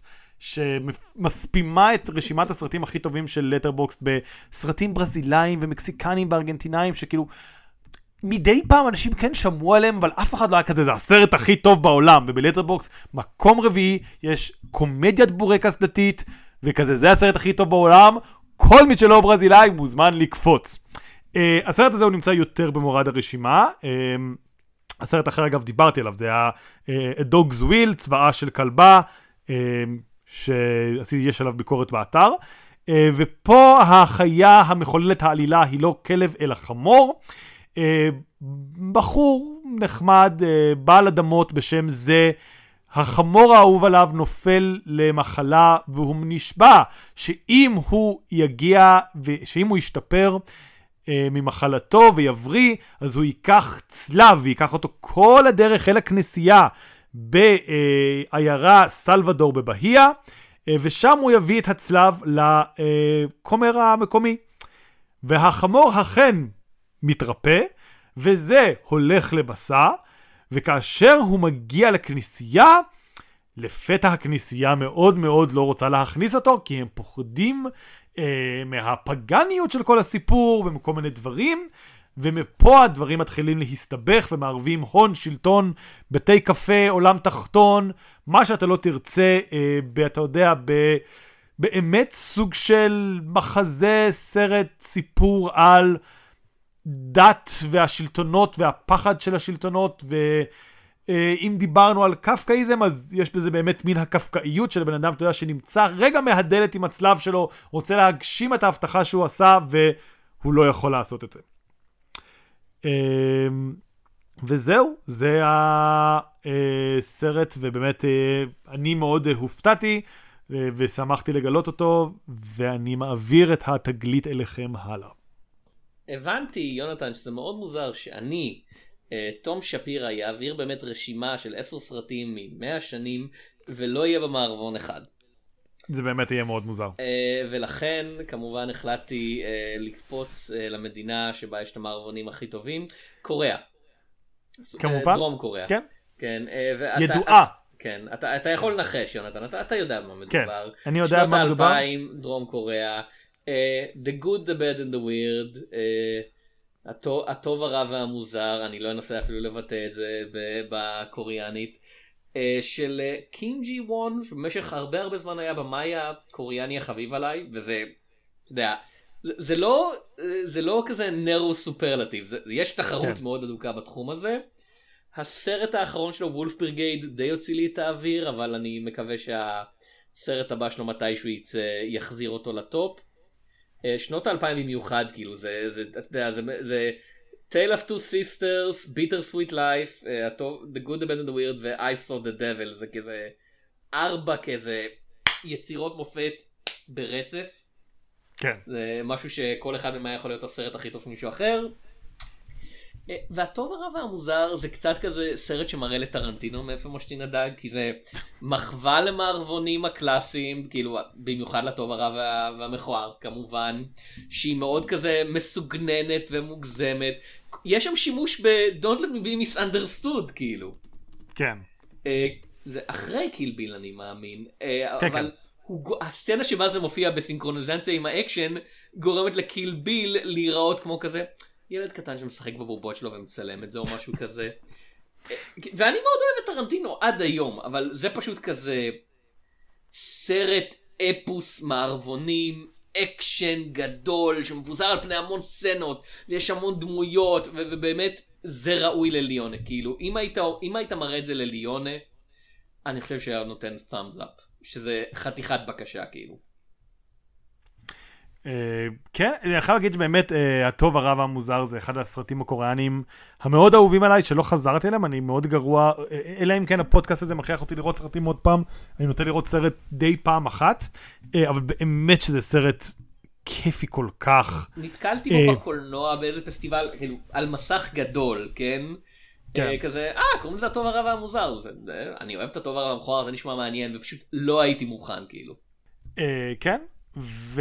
שמספימה את רשימת הסרטים הכי טובים של לטרבוקס בסרטים ברזילאים ומקסיקנים בארגנטינאים, שכאילו מדי פעם אנשים כן שמעו עליהם, אבל אף אחד לא היה כזה, זה הסרט הכי טוב בעולם. ובלטרבוקס מקום רביעי יש קומדיית בורקס דתית, וכזה, זה הסרט הכי טוב בעולם, כל מי שלא ברזילאי מוזמן לקפוץ. Uh, הסרט הזה הוא נמצא יותר במורד הרשימה, uh, הסרט אחר אגב דיברתי עליו, זה היה uh, A Dog's Will, צבאה של כלבה, uh, שיש עליו ביקורת באתר, uh, ופה החיה המחוללת העלילה היא לא כלב אלא חמור, uh, בחור נחמד, uh, בעל אדמות בשם זה, החמור האהוב עליו נופל למחלה, והוא נשבע שאם הוא יגיע, שאם הוא ישתפר אה, ממחלתו ויבריא, אז הוא ייקח צלב, ויקח אותו כל הדרך אל הכנסייה בעיירה סלבדור בבהיה, אה, ושם הוא יביא את הצלב לכומר המקומי. והחמור אכן מתרפא, וזה הולך למסע, וכאשר הוא מגיע לכנסייה, לפתע הכנסייה מאוד מאוד לא רוצה להכניס אותו, כי הם פוחדים אה, מהפגניות של כל הסיפור ומכל מיני דברים, ומפה הדברים מתחילים להסתבך ומערבים הון, שלטון, בתי קפה, עולם תחתון, מה שאתה לא תרצה, אה, ב, אתה יודע, ב, באמת סוג של מחזה, סרט, סיפור על דת והשלטונות והפחד של השלטונות, ואם דיברנו על קפקאיזם, אז יש בזה באמת מין הקפקאיות של הבן אדם, אתה יודע, שנמצא רגע מהדלת עם הצלב שלו, רוצה להגשים את ההבטחה שהוא עשה, והוא לא יכול לעשות את זה. וזהו, זה הסרט, ובאמת אני מאוד הופתעתי, ושמחתי לגלות אותו, ואני מעביר את התגלית אליכם הלאה. הבנתי, יונתן, שזה מאוד מוזר שאני, תום שפירה, יעביר באמת רשימה של עשר סרטים ממאה שנים, ולא יהיה במערבון אחד. זה באמת יהיה מאוד מוזר. ולכן כמובן החלטתי לקפוץ למדינה שבה יש את המערבונים הכי טובים, קוריאה. כמובן. דרום קוריאה. כן. כן. ידועה. כן, אתה, אתה יכול לנחש, יונתן, אתה, אתה יודע מה מדובר. כן, אני יודע מה מדובר. שנות האלפיים, דרום קוריאה, uh, The Good, The Bad and the Weird, uh, הטוב, הטוב הרע והמוזר, אני לא אנסה אפילו לבטא את זה בקוריאנית, uh, של קים ג'י וון, שבמשך הרבה הרבה זמן היה במאי הקוריאני החביב עליי, וזה, אתה יודע, זה, זה לא, זה לא כזה נרו סופרלטיב, זה, יש תחרות כן. מאוד אדוקה בתחום הזה, הסרט האחרון שלו, וולף בריגייד, די הוציא לי את האוויר, אבל אני מקווה שהסרט הבא שלו מתישהו יצא, יחזיר אותו לטופ. שנות האלפיים במיוחד, כאילו, זה, זה, אתה יודע, זה, זה Tale of Two Sisters, Bittersweet Life, The Good, The Bad and the Weird, ו-I Saw the Devil, זה כזה ארבע כזה יצירות מופת ברצף. כן. זה משהו שכל אחד ממה יכול להיות הסרט הכי טוב של מישהו אחר. והטוב הרע והמוזר זה קצת כזה סרט שמראה לטרנטינו מאיפה מושתין הדג, כי זה מחווה למערבונים הקלאסיים, כאילו במיוחד לטוב הרע וה... והמכוער כמובן, שהיא מאוד כזה מסוגננת ומוגזמת. יש שם שימוש ב-Don't let me be misunderstood כאילו. כן. זה אחרי קיל ביל אני מאמין, כן, אבל כן. הוא... הסצנה שבה זה מופיע בסינכרוניזציה עם האקשן גורמת לקיל ביל להיראות כמו כזה ילד קטן שמשחק בבובות שלו ומצלם את זה או משהו כזה. ואני מאוד אוהב את טרנטינו עד היום, אבל זה פשוט כזה סרט אפוס מערבונים, אקשן גדול שמבוזר על פני המון סצנות, ויש המון דמויות, ובאמת זה ראוי לליונה. כאילו, אם היית, אם היית מראה את זה לליונה, אני חושב שהיה נותן thumbs up, שזה חתיכת בקשה כאילו. כן, אני יכול להגיד שבאמת הטוב הרע והמוזר זה אחד הסרטים הקוריאנים המאוד אהובים עליי, שלא חזרתי אליהם, אני מאוד גרוע, אלא אם כן הפודקאסט הזה מכריח אותי לראות סרטים עוד פעם, אני נוטה לראות סרט די פעם אחת, אבל באמת שזה סרט כיפי כל כך. נתקלתי בו בקולנוע באיזה פסטיבל, כאילו, על מסך גדול, כן? כזה, אה, קוראים לזה הטוב הרע והמוזר, אני אוהב את הטוב הרע והמכוער, זה נשמע מעניין, ופשוט לא הייתי מוכן, כאילו. כן? ו...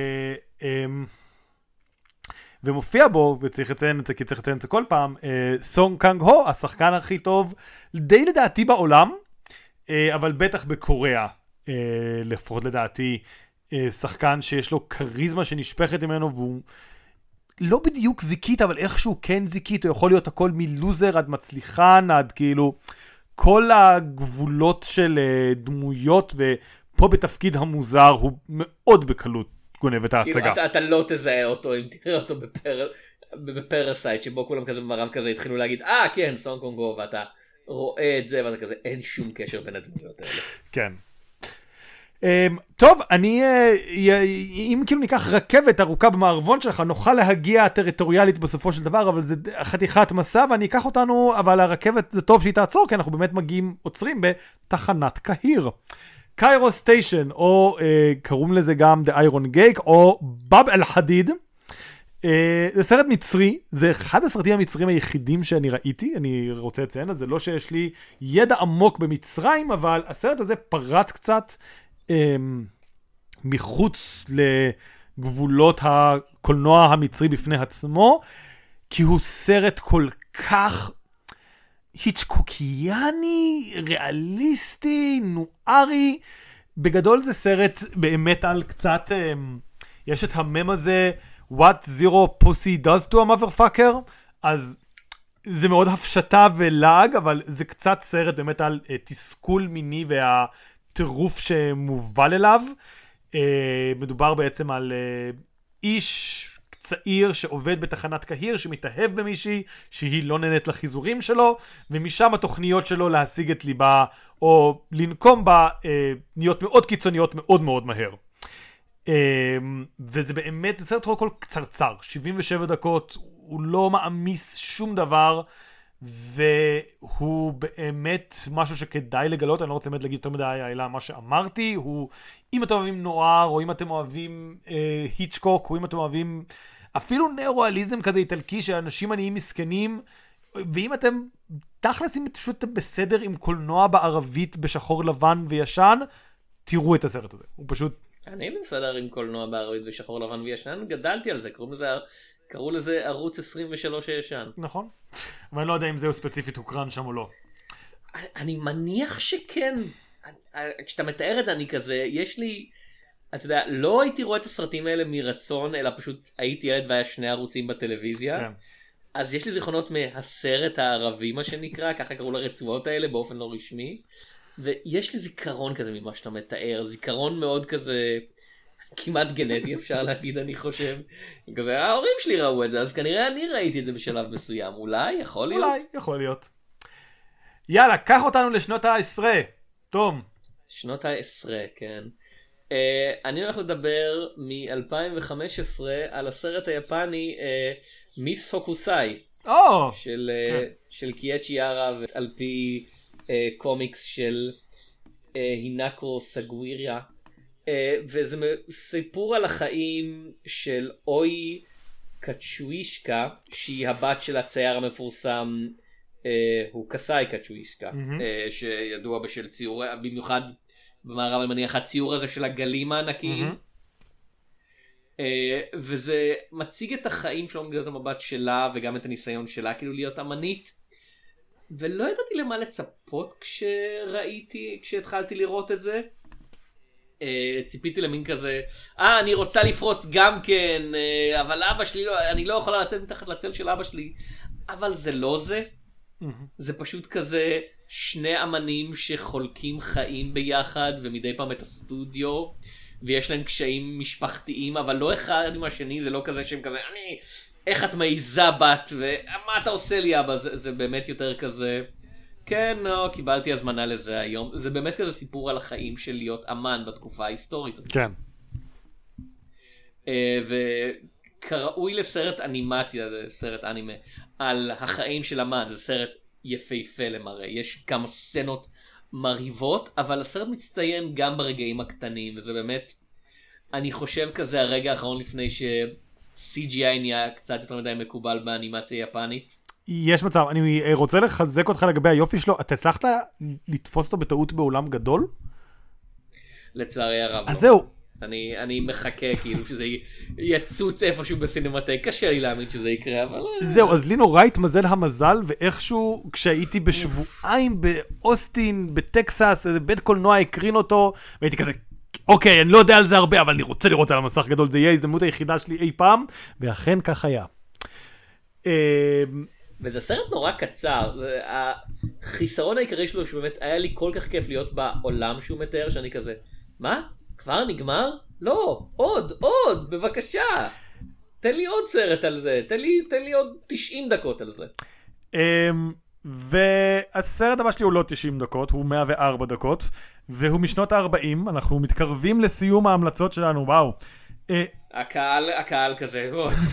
ומופיע בו, וצריך לציין את זה, כי צריך לציין את זה כל פעם, סונג קאנג הו, השחקן הכי טוב, די לדעתי בעולם, אבל בטח בקוריאה, לפחות לדעתי, שחקן שיש לו קריזמה שנשפכת ממנו, והוא לא בדיוק זיקית, אבל איכשהו כן זיקית, הוא יכול להיות הכל מלוזר עד מצליחן, עד כאילו, כל הגבולות של דמויות ו... פה בתפקיד המוזר הוא מאוד בקלות גונב את ההצגה. כאילו אתה, אתה לא תזהה אותו אם תראה אותו בפר... בפרסייט שבו כולם כזה במערב כזה התחילו להגיד אה כן סונג קאנג הו ואתה רואה את זה ואתה כזה אין שום קשר בין הדמויות האלה. כן. Um, טוב, אני, uh, אם כאילו ניקח רכבת ארוכה במערבון שלך, נוכל להגיע טריטוריאלית בסופו של דבר, אבל זה חתיכת מסע, ואני אקח אותנו, אבל הרכבת זה טוב שהיא תעצור, כי אנחנו באמת מגיעים, עוצרים בתחנת קהיר. קיירו סטיישן, או אה, קוראים לזה גם The Iron Gate, או בב אל חדיד. אה, זה סרט מצרי, זה אחד הסרטים המצרים היחידים שאני ראיתי, אני רוצה לציין, אז זה לא שיש לי ידע עמוק במצרים, אבל הסרט הזה פרץ קצת אה, מחוץ לגבולות הקולנוע המצרי בפני עצמו, כי הוא סרט כל כך היצ'קוקיאני, ריאליסטי, נוארי. בגדול זה סרט באמת על קצת, יש את המם הזה, What Zero Pussy Does to a Motherfucker, אז זה מאוד הפשטה ולעג, אבל זה קצת סרט באמת על תסכול מיני והטירוף שמובל אליו. מדובר בעצם על איש צעיר שעובד בתחנת קהיר, שמתאהב במישהי שהיא לא נהנית לחיזורים שלו, ומשם התוכניות שלו להשיג את ליבה או לנקום בה נהיות מאוד קיצוניות מאוד מאוד מהר. וזה באמת זה סרט כל קצרצר, שבעים ושבע דקות, הוא לא מאמיס שום דבר, והוא באמת משהו שכדאי לגלות. אני לא רוצה באמת להגיד יותר מדי אלא מה שאמרתי, הוא אם אתם אוהבים נוער, או אם אתם אוהבים אה, היצ'קוק, או אם אתם אוהבים אפילו נאו-ריאליזם כזה איטלקי של אנשים עניים מסכנים, ואם אתם תכלס אם פשוט בסדר עם קולנוע בערבית בשחור לבן וישן, תראו את הסרט הזה, הוא פשוט... אני בסדר עם קולנוע בערבית ושחור לבן וישן, גדלתי על זה, קראו לזה, קראו לזה ערוץ עשרים ושלוש הישן. נכון, אבל אני לא יודע אם זהו ספציפית הוקרן שם או לא. אני מניח שכן, כשאתה מתאר את זה אני כזה, יש לי, אתה יודע, לא הייתי רואה את הסרטים האלה מרצון, אלא פשוט הייתי ילד והיה שני ערוצים בטלוויזיה, כן. אז יש לי זיכרונות מהסרט הערבי מה שנקרא, ככה קראו לרצועות האלה באופן לא רשמי, ויש לי זיכרון כזה ממה שאתה מתאר, זיכרון מאוד כזה, כמעט גנטי אפשר להגיד אני חושב, כזה ההורים שלי ראו את זה, אז כנראה אני ראיתי את זה בשלב מסוים, אולי, יכול להיות? אולי, יכול להיות. יאללה, קח אותנו לשנות העשרה, תום. שנות העשרה, כן. Uh, אני הולך לדבר מ-אלפיים וחמש עשרה על הסרט היפני uh, מיס הוקוסאי oh, של, uh, כן. של קיאצ'י יארה, על פי uh, קומיקס של uh, הינאקו סגוויריה, uh, וזה סיפור על החיים של אוי קצ'ווישקה, שהיא הבת של הצייר המפורסם uh, הוא קסאי קצ'ווישקה, mm-hmm. uh, שידוע בשל ציור, במיוחד במערב אני מניח הציור הזה של הגלים הענקיים, mm-hmm. uh, וזה מציג את החיים שלו מנקודת המבט שלה וגם את הניסיון שלה כאילו להיות אמנית, ולא ידעתי למה לצפות כשראיתי, כשהתחלתי לראות את זה. uh, ציפיתי למין כזה, אה אני רוצה לפרוץ גם כן, uh, אבל אבא שלי לא, אני לא יכולה לצאת מתחת לצל של אבא שלי, אבל זה לא זה. Mm-hmm. זה פשוט כזה שני אמנים שחולקים חיים ביחד ומדי פעם את הסטודיו ויש להם קשיים משפחתיים, אבל לא אחד עם השני, זה לא כזה שהם כזה אני, איך את מעיזה בת ומה אתה עושה לי אבא, זה, זה באמת יותר כזה כן, לא, קיבלתי הזמנה לזה היום, זה באמת כזה סיפור על החיים של להיות אמן בתקופה ההיסטורית. כן. וכראוי לסרט אנימציה, זה סרט אנימה על החיים של אמן, זה סרט יפהפה למראה, יש כמה סצנות מרהיבות, אבל הסרט מצטיין גם ברגעים הקטנים, וזה באמת, אני חושב כזה הרגע האחרון לפני ש-סי ג'י איי נהיה קצת יותר מדי מקובל באנימציה יפנית. יש מצב, אני רוצה לחזק אותך לגבי היופי שלו, אתה הצלחת לתפוס אותו בטעות באולם גדול? לצערי הרב. אז זהו. אני, אני מחכה כאילו שזה יצוץ איפשהו בסינמטק, קשה לי להאמין שזה יקרה, אבל... זהו, אז לי נורא התמזל המזל, ואיכשהו כשהייתי בשבועיים באוסטין, בטקסס, איזה בית קולנוע הקרין אותו, והייתי כזה, אוקיי, אני לא יודע על זה הרבה, אבל אני רוצה לראות על המסך גדול, זה יהיה ההזדמנות היחידה שלי אי פעם, ואכן כך היה. וזה סרט נורא קצר, החיסרון העיקרי שלו שבאמת היה לי כל כך כיף להיות בעולם שהוא מתאר, שאני כזה, מה? כבר נגמר? לא, עוד, עוד, בבקשה. תן לי עוד סרט על זה, תן לי, תן לי עוד תשעים דקות על זה. והסרט הבא שלי הוא לא תשעים דקות, הוא מאה וארבע דקות, והוא משנות ה-ארבעים, אנחנו מתקרבים לסיום ההמלצות שלנו, וואו. הקהל, הקהל כזה,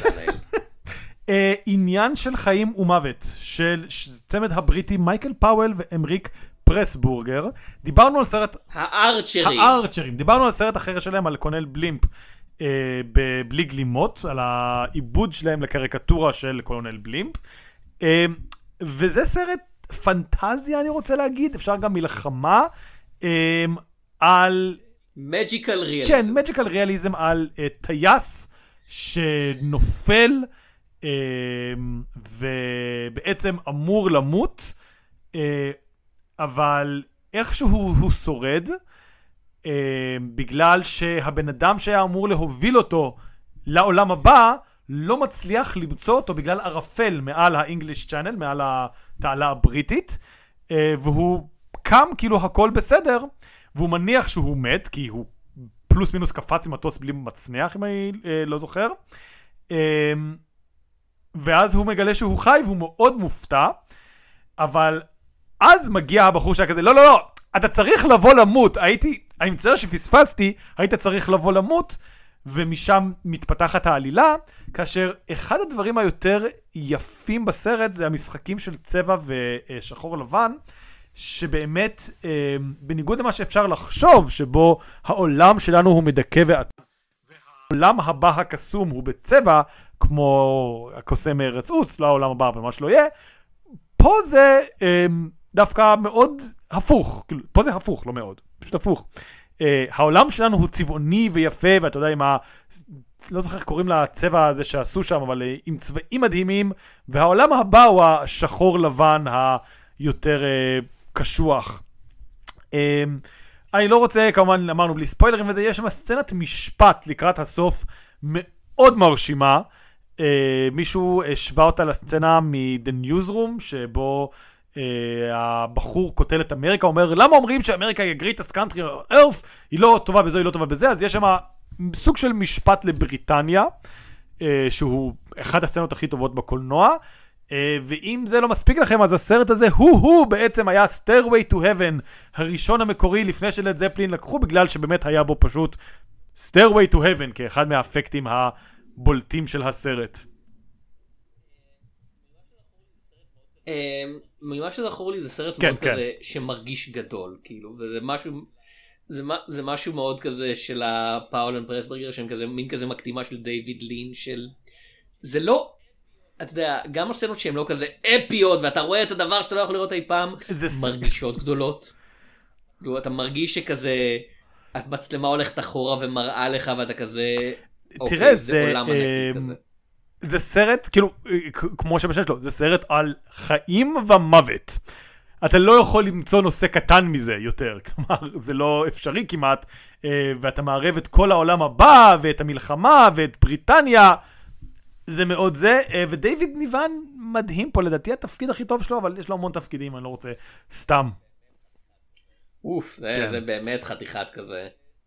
עניין של חיים ומוות, של צמד הבריטי מייקל פאוול ואמריק פרסבורגר. דיברנו על סרט הארצ'רים הארצ'רים דיברנו על סרט אחר שלהם, על קונל בלימפ אה, בבלי גלימות, על העיבוד שלהם לקריקטורה של קונל בלימפ, אה, וזה סרט פנטזיה אני רוצה להגיד, אפשר גם מלחמה אה, על מג'יקל ריאליזם, כן, מג'יקל ריאליזם על אה, טייס שנופל אה, ובעצם אמור למות, אה, אבל איכשהו הוא שורד, אה, בגלל שהבן אדם שהיה אמור להוביל אותו לעולם הבא, לא מצליח למצוא אותו בגלל ערפל מעל ה-English Channel, מעל התעלה הבריטית, אה, והוא קם כאילו הכל בסדר, והוא מניח שהוא מת, כי הוא פלוס מינוס קפץ עם מטוס בלי מצנח, אם אני אה, לא זוכר, אה, ואז הוא מגלה שהוא חי, והוא מאוד מופתע, אבל אז מגיע הבחור שהיה כזה, לא, לא, לא, אתה צריך לבוא למות, הייתי, אני מצטער שפספסתי, היית צריך לבוא למות, ומשם מתפתחת העלילה, כאשר אחד הדברים היותר יפים בסרט, זה המשחקים של צבע ושחור לבן, שבאמת, בניגוד למה שאפשר לחשוב, שבו העולם שלנו הוא מדכא ואת... והעולם הבא הקסום הוא בצבע, כמו הקוסם מארץ עוץ, לא העולם הבא ומה שלא יהיה, פה זה דווקא מאוד הפוך, פה זה הפוך, לא מאוד, פשוט הפוך. העולם שלנו הוא צבעוני ויפה, ואתה יודע, עם ה... לא זוכר איך קוראים לצבע הזה שעשו שם, אבל עם צבעים מדהימים, והעולם הבא הוא השחור לבן היותר קשוח. אני לא רוצה, כמובן אמרנו בלי ספוילרים וזה, יש שם סצנת משפט לקראת הסוף מאוד מרשימה. מישהו השווה אותה לסצנה מ-The Newsroom, שבו הבחור כותל את אמריקה, אומר, למה אומרים שאמריקה היא greatest country on earth, היא לא טובה בזה, היא לא טובה בזה, אז יש שם סוג של משפט לבריטניה, שהוא אחד הסצנות הכי טובות בקולנוע, ואם זה לא מספיק לכם, אז הסרט הזה הוא-הוא בעצם היה Stairway to Heaven, הראשון המקורי לפני שלד זפלין לקחו, בגלל שבאמת היה בו פשוט Stairway to Heaven, כאחד מהאפקטים הבולטים של הסרט. ממה שזכור לי זה סרט מאוד כזה שמרגיש גדול, כאילו, וזה משהו... זה, זה משהו מאוד כזה של הפאול אנד פרסברגר, שהם כזה, מין כזה מקדימה של דיוויד לין, של... זה לא, אתה יודע, גם הסצנות שהן לא כזה אפיות, ואתה רואה את הדבר שאתה לא יכול לראות אי פעם, זה... מרגישות גדולות. אתה מרגיש שכזה, את מצלמה הולכת אחורה ומראה לך, ואתה כזה, תראה, אוקיי, זה, זה עולם ענקי אה, כזה. זה סרט, כאילו, כמו שבשם שלו, זה סרט על חיים ומוות. אתה לא יכול למצוא נושא קטן מזה יותר, כלומר, זה לא אפשרי כמעט, ואתה מערב את כל העולם הבא, ואת המלחמה, ואת בריטניה, זה מאוד זה, ודייוויד ניוון מדהים פה, לדעתי התפקיד הכי טוב שלו, אבל יש לו המון תפקידים, אני לא רוצה סתם. אוף, זה, כן. זה באמת חתיכת כזה.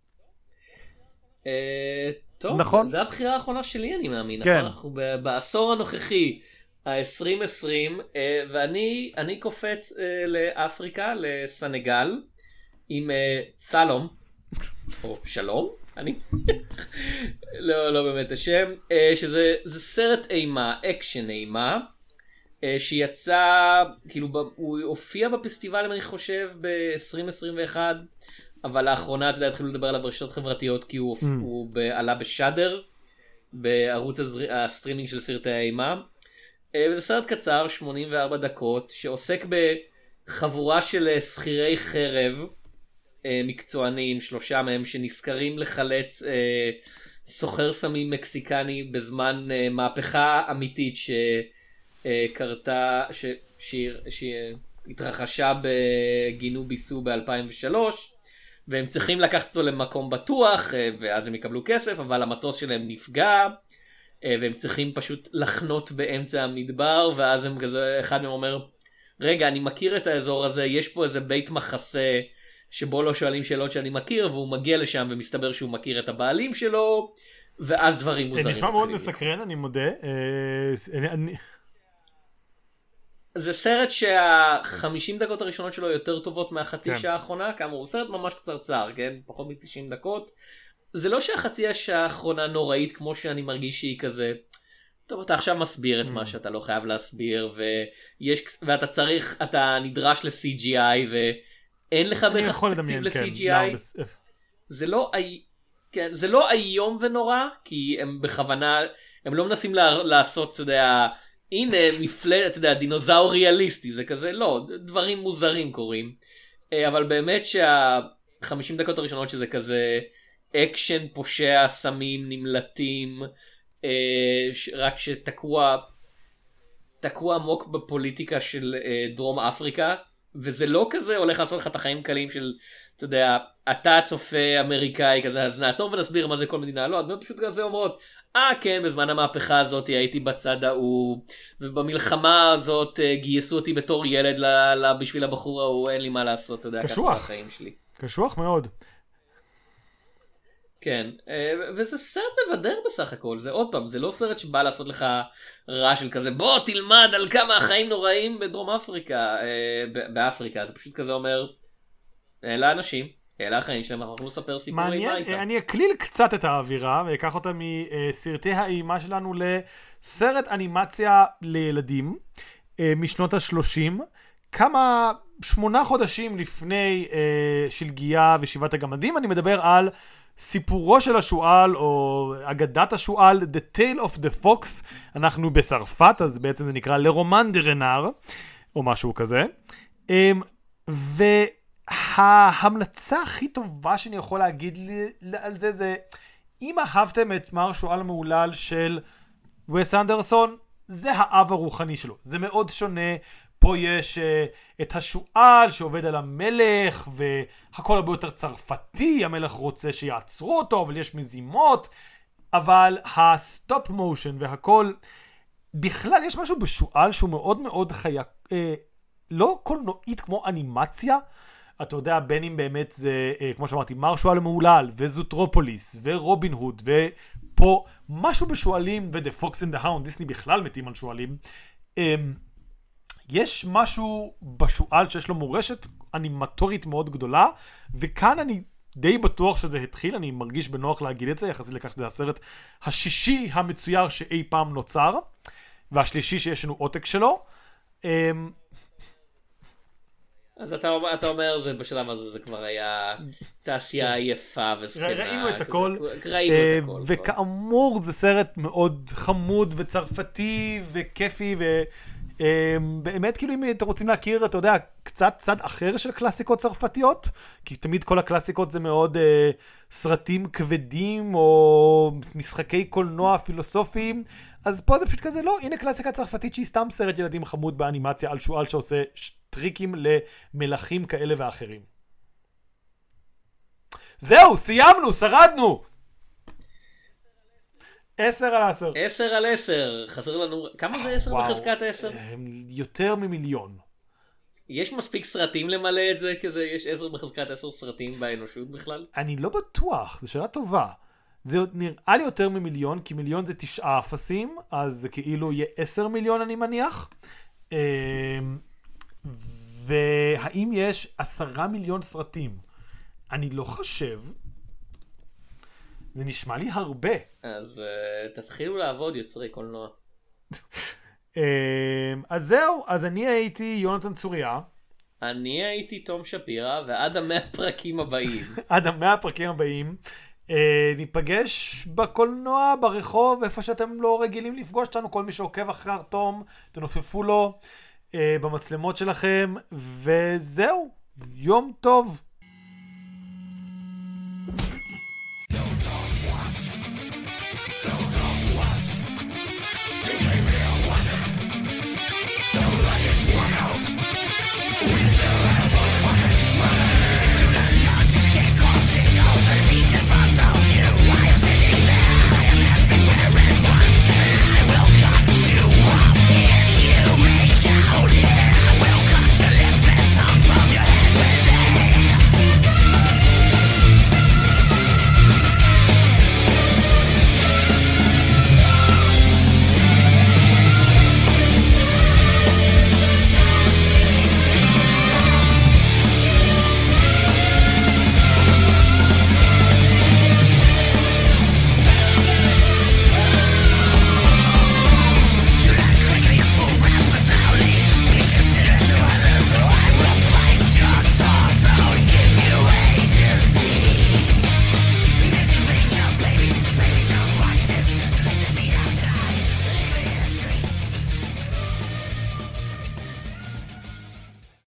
אה, טוב, נכון. זה הבחירה האחרונה שלי, אני מאמין. כן. אנחנו ב- בעשור הנוכחי, ה-עשרים עשרים, ואני אני קופץ לאפריקה, לסנגל, עם סלום, או שלום, אני, לא, לא באמת השם, שזה זה סרט אימה, אקשן אימה, שיצא, כאילו, הוא הופיע בפסטיבלים, אני חושב, ב-עשרים עשרים ואחת, אבל לאחרונה, אתה יודע, התחילו לדבר עליו ברשתות חברתיות, כי הוא, mm. הוא עלה בשדר, בערוץ הסטרימינג של סרטי האימה, וזה סרט קצר, שמונים וארבע דקות, שעוסק בחבורה של שכירי חרב מקצוענים, שלושה מהם שנזכרים לחלץ סוחר סמים מקסיקני בזמן מהפכה אמיתית שקרתה, שהתרחשה בגינו ביסו ב-אלפיים ושלוש, והם צריכים לקחת אותו למקום בטוח, ואז הם יקבלו כסף, אבל המטוס שלהם נפגע, והם צריכים פשוט לחנות באמצע המדבר, ואז הם כזה, אחד מהם אומר, רגע, אני מכיר את האזור הזה, יש פה איזה בית מחסה, שבו לא שואלים שאלות שאני מכיר, והוא מגיע לשם ומסתבר שהוא מכיר את הבעלים שלו, ואז דברים מוזרים. נשמע מאוד מסקרן, אני מודה. זה סרט שהחמישים דקות הראשונות שלו יותר טובות מהחצי שעה האחרונה, כאמור, הוא סרט ממש קצרצר, כן? פחות מ-תשעים דקות. זה לא שהחצי השעה האחרונה נוראית, כמו שאני מרגיש שהיא כזה, טוב, אתה עכשיו מסביר את מה שאתה לא חייב להסביר, ויש, ואתה צריך, אתה נדרש ל-סי ג'י איי, ואין לך בהכרח תקציב ל-סי ג'י איי. זה לא, כן, זה לא איום ונורא, כי הם בכוונה, הם לא מנסים לעשות, אתה יודע, הנה מפלט, אתה יודע, דינוזאור ריאליסטי, זה כזה, לא, דברים מוזרים קורים. אבל באמת שה-חמישים דקות הראשונות שזה כזה, אקשן פושע, סמים, נמלטים, אה, רק שתקוע תקוע עמוק בפוליטיקה של אה, דרום אפריקה, וזה לא כזה הולך לעשות לך את החיים קלים של, אתה יודע, אתה צופה אמריקאי כזה, אז נעצור ונסביר מה זה כל מדינה, לא, הדמות פשוט כזה אומרות, אה כן, בזמן המהפכה הזאת הייתי בצד ההוא, ובמלחמה הזאת אה, גייסו אותי בתור ילד ל, ל, בשביל הבחור ההוא, אין לי מה לעשות, אתה יודע, קשוח, החיים שלי. קשוח מאוד. כן, וזה סרט מבדר בסך הכל, זה עוד פעם, זה לא סרט שבא לעשות לך רע של כזה, בוא תלמד על כמה החיים נוראים בדרום אפריקה, באפריקה, זה פשוט כזה אומר, אלה האנשים, אלה החיים שלהם, אנחנו יכולים לספר סיפורים מה איתם. אני אקליל קצת את האווירה, ואקח אותה מסרטי האימה שלנו לסרט אנימציה לילדים, משנות ה-שלושים, כמה, שמונה חודשים לפני שלגיה ושבעת הגמדים, אני מדבר על סיפורו של השואל, או אגדת השואל, The Tale of the Fox, אנחנו בצרפת, אז בעצם זה נקרא לרומן דה רנאר, או משהו כזה. ההמלצה הכי טובה שאני יכול להגיד לי על זה זה, אם אהבתם את מרשו על המעולל של ווס אנדרסון, זה האב הרוחני שלו. זה מאוד שונה. פה יש uh, את השואל שעובד על המלך, והכל הרבה יותר צרפתי, המלך רוצה שיעצרו אותו, אבל יש מזימות, אבל הסטופ מושן והכל, בכלל יש משהו בשואל שהוא מאוד מאוד חיה, אה, לא קולנועית כמו אנימציה, אתה יודע, בין אם באמת זה, אה, כמו שאמרתי, מרשו המעולל, וזוטרופוליס, ורובין הוד, ופה משהו בשואלים, ו-The Fox and the Hound, דיסני בכלל מתים על שואלים, אה, יש משהו בשואל שיש לו מורשת אנימטורית מאוד גדולה, וכאן אני די בטוח שזה התחיל, אני מרגיש בנוח להגיד את זה, יחסית לכך שזה הסרט השישי המצויר שאי פעם נוצר, והשלישי שיש לנו עותק שלו. אז אתה, אתה אומר, זה בשלב הזה זה כבר היה תעשייה יפה וסקנה. ראינו את הכל. ראינו את הכל. וכאמור זה סרט מאוד חמוד וצרפתי וכיפי ו... באמת כאילו אם אתם רוצים להכיר, אתה יודע, קצת צד אחר של קלאסיקות צרפתיות, כי תמיד כל הקלאסיקות זה מאוד אה, סרטים כבדים או משחקי קולנוע פילוסופיים, אז פה זה פשוט כזה לא, הנה קלאסיקה צרפתית שהיא סתם סרט ילדים חמוד באנימציה על שואל שעושה טריקים למלכים כאלה ואחרים. זהו, סיימנו, שרדנו! עשר על עשר. עשר על עשר, חסר לנו, כמה זה עשר בחזקת עשר? יותר ממיליון. יש מספיק סרטים למלא את זה כזה? יש עשר בחזקת עשר סרטים באנושות בכלל? אני לא בטוח, זו שאלה טובה. זה נראה לי יותר ממיליון, כי מיליון זה תשעה אפסים, אז זה כאילו יהיה עשר מיליון אני מניח. והאם יש עשרה מיליון סרטים? אני לא חושב. זה נשמע לי הרבה. אז uh, תתחילו לעבוד יוצרי קולנוע. אז זהו, אז אני הייתי יונתן צוריה. אני הייתי תום שפירא, ועד המאה הפרקים הבאים. עד המאה הפרקים הבאים. ניפגש בקולנוע, ברחוב, איפה שאתם לא רגילים לפגוש אותנו, כל מי שעוקב אחר תום, תנופפו לו במצלמות שלכם, וזהו, יום טוב.